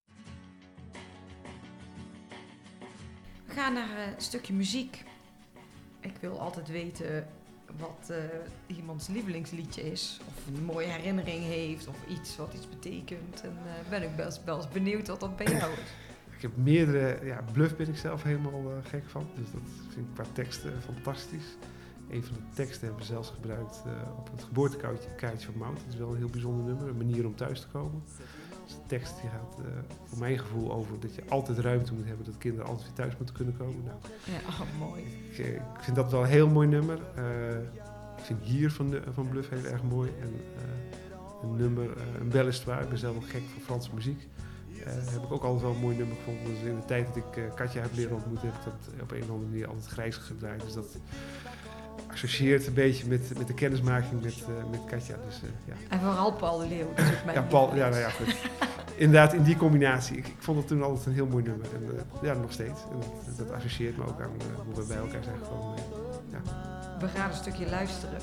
We gaan naar uh, een stukje muziek. Ik wil altijd weten wat uh, iemands lievelingsliedje is. Of een mooie herinnering heeft. Of iets wat iets betekent. En uh, ben ik best wel eens benieuwd wat dat bij jou is. Ik heb meerdere... Ja, Bluff ben ik zelf helemaal uh, gek van. Dus dat vind ik qua teksten fantastisch. Een van de teksten hebben we zelfs gebruikt uh, op het geboortekaartje van Mout. Dat is wel een heel bijzonder nummer. Een manier om thuis te komen. Dus de tekst die gaat uh, voor mijn gevoel over dat je altijd ruimte moet hebben. Dat kinderen altijd weer thuis moeten kunnen komen. Nou, ja, oh, mooi. Ik, ik vind dat wel een heel mooi nummer. Uh, ik vind Hier van, de, van Bluff heel erg mooi. En uh, een nummer, uh, een belle histoire. Ik ben zelf ook gek van Franse muziek. Uh, heb ik ook altijd wel een mooi nummer gevonden. Dus in de tijd dat ik uh, Katja heb leren ontmoeten, heb ik dat op een of andere manier altijd grijs gedraaid. Dus dat associeert een beetje met, met de kennismaking met, uh, met Katja. Dus, uh, ja. En vooral Paul de Leeuw. Dat is ook mijn ja, Paul, ja, nou ja, goed. Inderdaad, in die combinatie. Ik, ik vond het toen altijd een heel mooi nummer. En uh, ja, nog steeds. En dat, dat associeert me ook aan uh, hoe we bij elkaar zijn gekomen. Uh, ja. We gaan een stukje luisteren.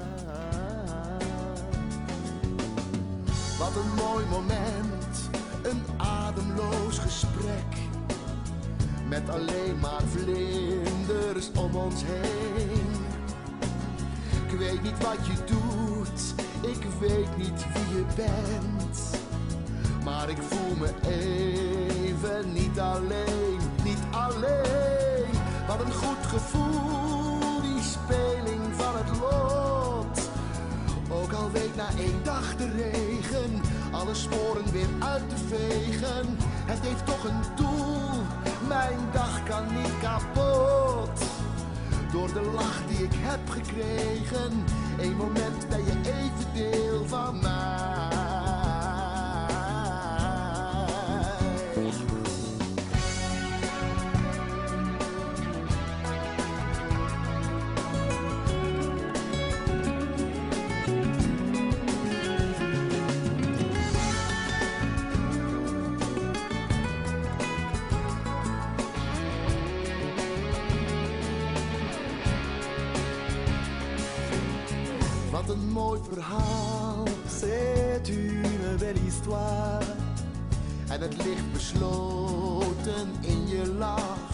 Wat een mooi moment, een ademloos gesprek. Met alleen maar vlinders om ons heen. Ik weet niet wat je doet, ik weet niet wie je bent. Maar ik voel me even niet alleen, niet alleen. Wat een goed gevoel, die speling van het lot. Ook al week na één dag de regen, alle sporen weer uit te vegen. Het heeft toch een doel, mijn dag kan niet kapot. Door de lach die ik heb gekregen, één moment ben je even deel van mij. Wat een mooi verhaal, c'est une belle histoire. En het ligt besloten in je lach.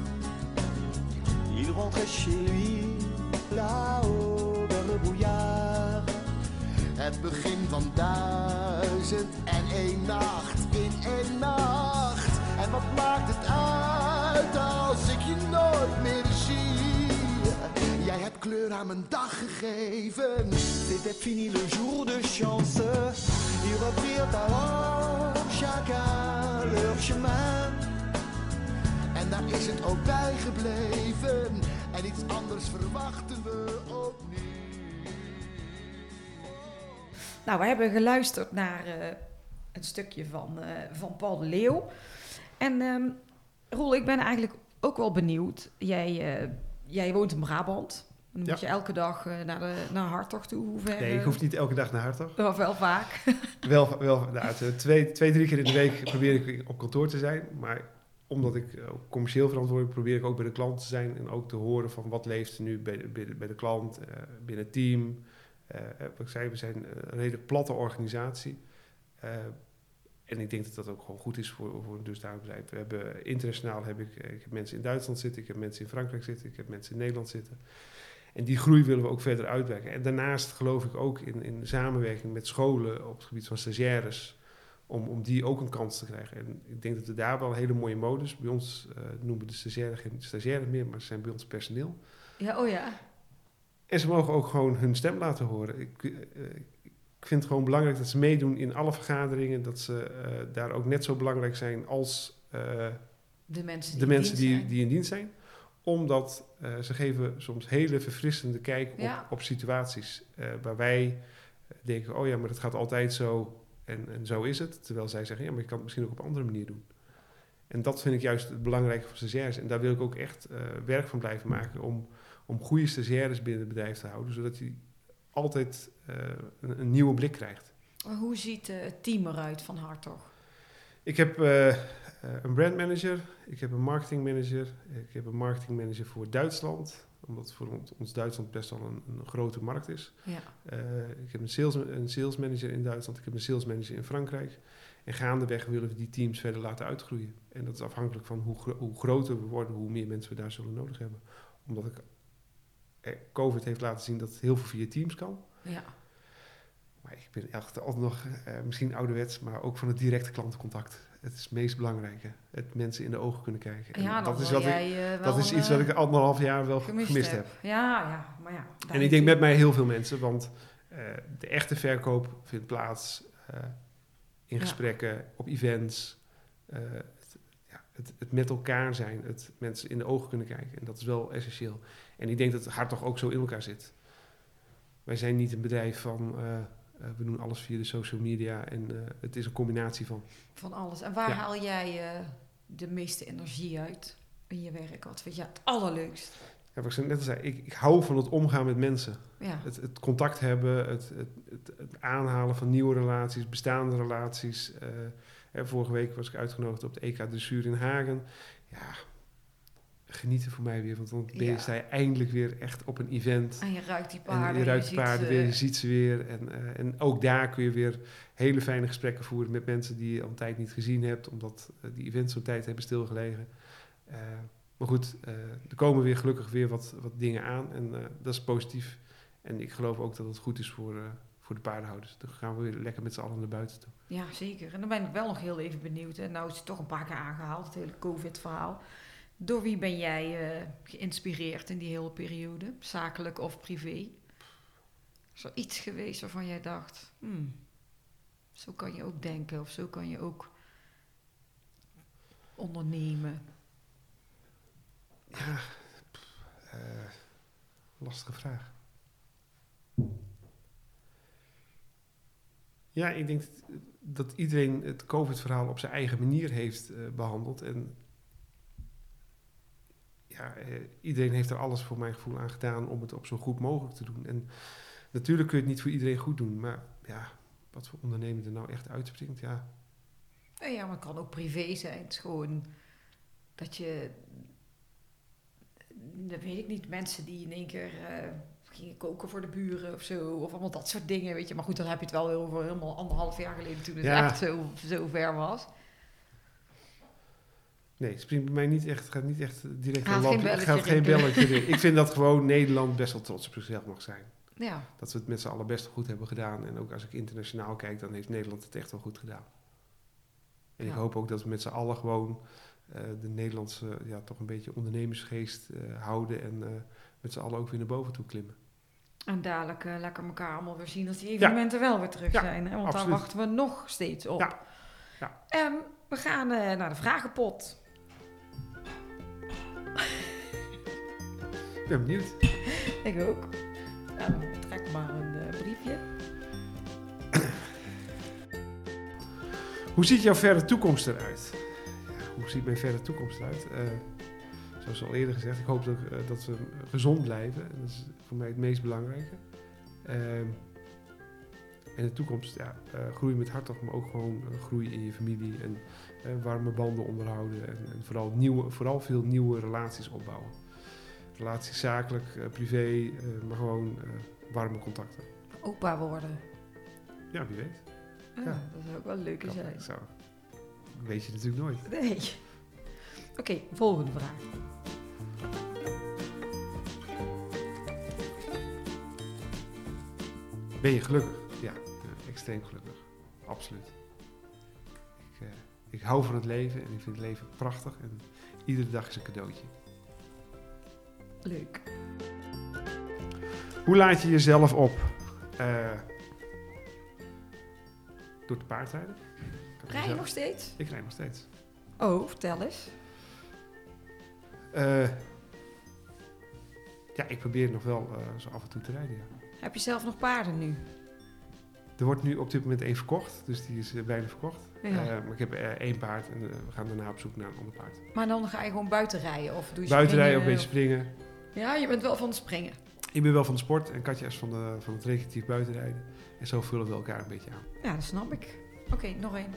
Il rentrait chez lui, là-haut vers le brouillard. Het begin van duizend en één nacht in één nacht. En wat maakt het uit als ik je nooit meer zie? Jij hebt kleur aan mijn dag gegeven. C'était fini le jour de chance. Ils reprirent alors chacun leur chemin. En daar is het ook bij gebleven. En iets anders verwachten we ook niet. Nou, we hebben geluisterd naar uh, een stukje van, uh, van Paul de Leeuw. En um, Roel, ik ben eigenlijk ook wel benieuwd. Jij... Uh, Jij woont in Brabant. Dan Ja. moet je elke dag uh, naar, de, naar Hartog toe. Hoe ver, Nee, ik hoef niet elke dag naar Hartog. Of wel vaak. wel, wel nou, twee, twee, drie keer in de week probeer ik op kantoor te zijn. Maar omdat ik uh, commercieel verantwoordelijk probeer ik ook bij de klant te zijn. En ook te horen van wat leeft er nu bij de, bij de, bij de klant, uh, binnen het team. Uh, wat ik zei, we zijn een redelijk platte organisatie. Uh, En ik denk dat dat ook gewoon goed is voor, voor een dusdanig bedrijf. We hebben internationaal heb ik, ik heb mensen in Duitsland zitten, ik heb mensen in Frankrijk zitten, ik heb mensen in Nederland zitten. En die groei willen we ook verder uitwerken. En daarnaast geloof ik ook in, in samenwerking met scholen op het gebied van stagiaires, om, om die ook een kans te krijgen. En ik denk dat we daar wel een hele mooie modus. Bij ons uh, noemen we de stagiaires geen stagiaires meer, maar ze zijn bij ons personeel. Ja, oh ja. En ze mogen ook gewoon hun stem laten horen. Ik, uh, Ik vind het gewoon belangrijk dat ze meedoen in alle vergaderingen. Dat ze uh, daar ook net zo belangrijk zijn als uh, de mensen, die, de mensen in die, die in dienst zijn. Omdat uh, ze geven soms hele verfrissende kijk op, Ja. op situaties. Uh, waar wij denken, oh ja, maar dat gaat altijd zo en, en zo is het. Terwijl zij zeggen, ja, maar je kan het misschien ook op een andere manier doen. En dat vind ik juist het belangrijke voor stagiaires. En daar wil ik ook echt uh, werk van blijven maken om, om goede stagiaires binnen het bedrijf te houden. Zodat die altijd uh, een, een nieuwe blik krijgt. Hoe ziet uh, het team eruit van Hartog? Ik heb uh, uh, een brandmanager, ik heb een marketingmanager, ik heb een marketingmanager voor Duitsland, omdat voor ons, ons Duitsland best wel een, een grote markt is. Ja. Uh, ik heb een sales, een sales manager in Duitsland, ik heb een sales manager in Frankrijk. En gaandeweg willen we die teams verder laten uitgroeien. En dat is afhankelijk van hoe, gro- hoe groter we worden, hoe meer mensen we daar zullen nodig hebben. Omdat ik, eh, COVID heeft laten zien dat het heel veel via teams kan. Ja. Maar ik ben echt altijd nog, uh, misschien ouderwets, maar ook van het directe klantencontact. Het is het meest belangrijke. Het mensen in de ogen kunnen kijken. En Ja, dat is, wil wat ik, jij, uh, dat is wel, iets uh, wat ik anderhalf jaar wel gemist, gemist heb. heb. Ja, ja, maar ja. En ik denk met mij heel veel mensen, want uh, de echte verkoop vindt plaats uh, in Ja. gesprekken, op events. Uh, het, ja, het, het met elkaar zijn, het mensen in de ogen kunnen kijken. En dat is wel essentieel. En ik denk dat het Hartog ook zo in elkaar zit. Wij zijn niet een bedrijf van uh, Uh, we doen alles via de social media en uh, het is een combinatie van. Van alles. En waar Ja. haal jij uh, de meeste energie uit in je werk? Wat vind je het allerleukst? Ja, wat ik net al zei, ik, ik hou van het omgaan met mensen. Ja. Het, het contact hebben, het, het, het, het aanhalen van nieuwe relaties, bestaande relaties. Uh, hè, vorige week was ik uitgenodigd op de E K Dressuur in Hagen. Ja, genieten voor mij weer, want dan ben je, Ja. sta je eindelijk weer echt op een event. En je ruikt die paarden. En je ruikt ziet de paarden ze- weer, je ziet ze weer. En, uh, en ook daar kun je weer hele fijne gesprekken voeren met mensen die je al een tijd niet gezien hebt, omdat uh, die events zo'n tijd hebben stilgelegen. Uh, maar goed, uh, er komen weer gelukkig weer wat, wat dingen aan en uh, dat is positief. En ik geloof ook dat het goed is voor, uh, voor de paardenhouders. Dan gaan we weer lekker met z'n allen naar buiten toe. Ja, zeker. En dan ben ik wel nog heel even benieuwd. En nou is het toch een paar keer aangehaald, het hele COVID-verhaal. Door wie ben jij uh, geïnspireerd in die hele periode? Zakelijk of privé? Is er iets geweest waarvan jij dacht... Hmm, zo kan je ook denken of zo kan je ook ondernemen? Ja, uh, lastige vraag. Ja, ik denk dat, dat iedereen het COVID-verhaal op zijn eigen manier heeft uh, behandeld. En ja, uh, iedereen heeft er alles voor mijn gevoel aan gedaan om het op zo goed mogelijk te doen. En natuurlijk kun je het niet voor iedereen goed doen, maar ja, wat voor onderneming er nou echt uitspringt, ja. Ja, maar het kan ook privé zijn. Het is gewoon dat je... Dat weet ik niet. Mensen die in één keer uh, gingen koken voor de buren of zo. Of allemaal dat soort dingen, weet je. Maar goed, dan heb je het wel over helemaal anderhalf jaar geleden toen het Ja. echt zo, zo ver was. Nee, het springt bij mij niet echt, gaat niet echt direct Gaat een geen lampje. Het belletje gaat geen rinkelen. belletje rinkelen. Ik vind dat gewoon Nederland best wel trots op zichzelf mag zijn. Ja, Dat we het met z'n allen best wel goed hebben gedaan. En ook als ik internationaal kijk, dan heeft Nederland het echt wel goed gedaan. En Ja. ik hoop ook dat we met z'n allen gewoon uh, de Nederlandse, ja, toch een beetje ondernemersgeest uh, houden. En uh, met z'n allen ook weer naar boven toe klimmen. en dadelijk uh, lekker elkaar allemaal weer zien als die evenementen wel weer terug Ja, zijn. Hè? Want absoluut. daar wachten we nog steeds op. Ja, ja. En we gaan uh, naar de vragenpot. Ik ben benieuwd. Ik ook. Nou, trek maar een uh, briefje. Hoe ziet jouw verre toekomst eruit? Ja, hoe ziet mijn verre toekomst eruit? Uh, zoals al eerder gezegd, ik hoop dat, uh, dat we gezond blijven. En dat is voor mij het meest belangrijke. Uh, en de toekomst, ja, uh, groei met hartog, maar ook gewoon uh, groei in je familie. En uh, warme banden onderhouden. En, en vooral, nieuwe, vooral veel nieuwe relaties opbouwen. Relaties zakelijk, uh, privé, uh, maar gewoon uh, warme contacten. Opa worden. Ja, wie weet. Ah, Ja. Dat zou ook wel leuk Kan, zijn. zo. Weet je natuurlijk nooit. Nee. Oké, okay, volgende vraag. Ben je gelukkig? Ja, ja, extreem gelukkig. Absoluut. Ik, uh, ik hou van het leven en ik vind het leven prachtig. En iedere dag is een cadeautje. Leuk. Hoe laat je jezelf op? Uh, door te paardrijden. Rij je nog steeds? Ik rijd nog steeds. Oh, vertel eens. Uh, ja, ik probeer nog wel uh, zo af en toe te rijden, ja. Heb je zelf nog paarden nu? Er wordt nu op dit moment één verkocht, dus die is uh, bijna verkocht. Ja. Uh, maar ik heb uh, één paard en uh, we gaan daarna op zoek naar een ander paard. Maar dan ga je gewoon buiten rijden? Of doe je Buiten rijden, ook springen? een beetje springen. Ja, je bent wel van het springen. Ik ben wel van de sport en Katja is van, de, van het recreatief buitenrijden. En zo vullen we elkaar een beetje aan. Ja, dat snap ik. Oké, okay, nog één.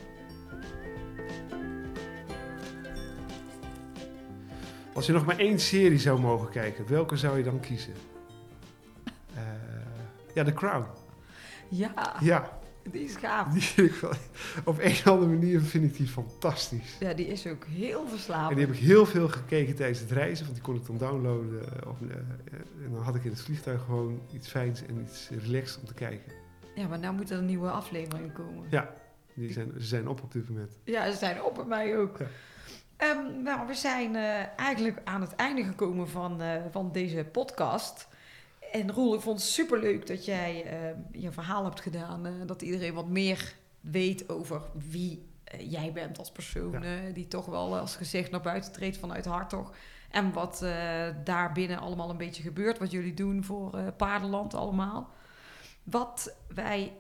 Als je nog maar één serie zou mogen kijken, welke zou je dan kiezen? Uh, ja, The Crown. Ja, Ja, die is gaaf. die vind ik wel, op een of andere manier vind ik die fantastisch. Ja, die is ook heel verslavend. En die heb ik heel veel gekeken tijdens het reizen, want die kon ik dan downloaden. Of, uh, en dan had ik in het vliegtuig gewoon iets fijns en iets relaxed om te kijken. Ja, maar nou moet er een nieuwe aflevering komen. Ja, die zijn, ze zijn op op dit moment. Ja, ze zijn op bij mij ook. Ja. Um, nou, we zijn uh, eigenlijk aan het einde gekomen van, uh, van deze podcast. En Roel, ik vond het superleuk dat jij uh, je verhaal hebt gedaan. Uh, dat iedereen wat meer weet over wie uh, jij bent als persoon. Ja. Uh, die toch wel als gezicht naar buiten treedt vanuit Hartog. En wat uh, daarbinnen allemaal een beetje gebeurt. Wat jullie doen voor uh, paardenland allemaal. Wat wij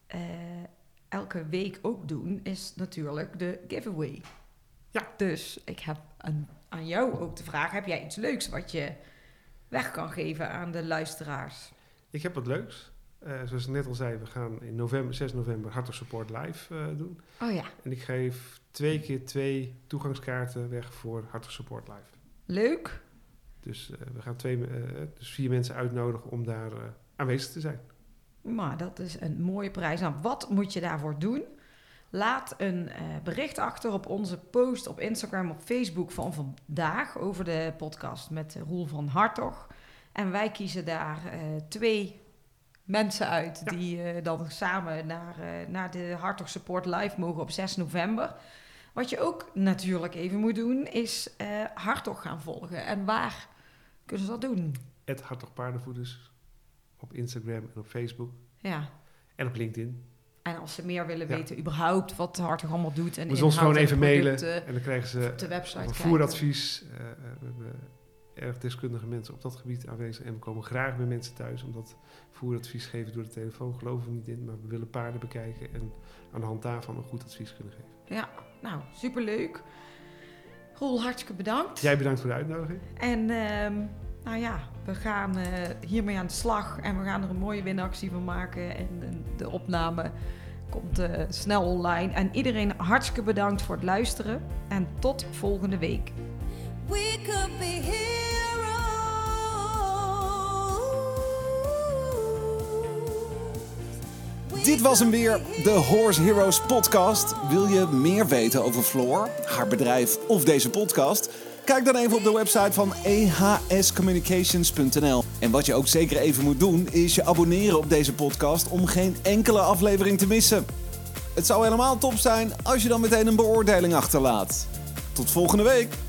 uh, elke week ook doen, is natuurlijk de giveaway. Ja. Dus ik heb een, aan jou ook de vraag, heb jij iets leuks wat je weg kan geven aan de luisteraars? Ik heb wat leuks. Uh, zoals ik net al zei, we gaan in november, zes november Hartog Support Live uh, doen. Oh ja. En ik geef twee keer twee toegangskaarten weg voor Hartog Support Live. Leuk. Dus uh, we gaan twee, uh, dus vier mensen uitnodigen om daar uh, aanwezig te zijn. Maar dat is een mooie prijs. Nou, wat moet je daarvoor doen? Laat een uh, bericht achter op onze post op Instagram, op Facebook van vandaag over de podcast met uh, Roel van Hartog. En wij kiezen daar uh, twee mensen uit ja. die uh, dan samen naar, uh, naar de Hartog Support Live mogen op zes november. Wat je ook natuurlijk even moet doen, is uh, Hartog gaan volgen. En waar kunnen ze dat doen? Het Hartog Paardenvoeders op Instagram en op Facebook. Ja. En op LinkedIn. En als ze meer willen ja. weten überhaupt wat Hartog allemaal doet. En moeten ze ons gewoon even mailen. En dan krijgen ze op de website een voeradvies. Uh, we hebben erg deskundige mensen op dat gebied aanwezig. En we komen graag bij mensen thuis. Omdat voeradvies geven door de telefoon geloven we niet in. Maar we willen paarden bekijken. En aan de hand daarvan een goed advies kunnen geven. Ja, nou, superleuk. Roel, hartstikke bedankt. Jij bedankt voor de uitnodiging. En um, nou ja, we gaan uh, hiermee aan de slag. En we gaan er een mooie winactie van maken. En uh, de opname komt uh, snel online. En iedereen hartstikke bedankt voor het luisteren. En tot volgende week. We could be heroes. Dit was hem weer, de Horse Heroes podcast. Wil je meer weten over Floor, haar bedrijf of deze podcast? Kijk dan even op de website van e h s communications punt n l. En wat je ook zeker even moet doen, is je abonneren op deze podcast om geen enkele aflevering te missen. Het zou helemaal top zijn als je dan meteen een beoordeling achterlaat. Tot volgende week!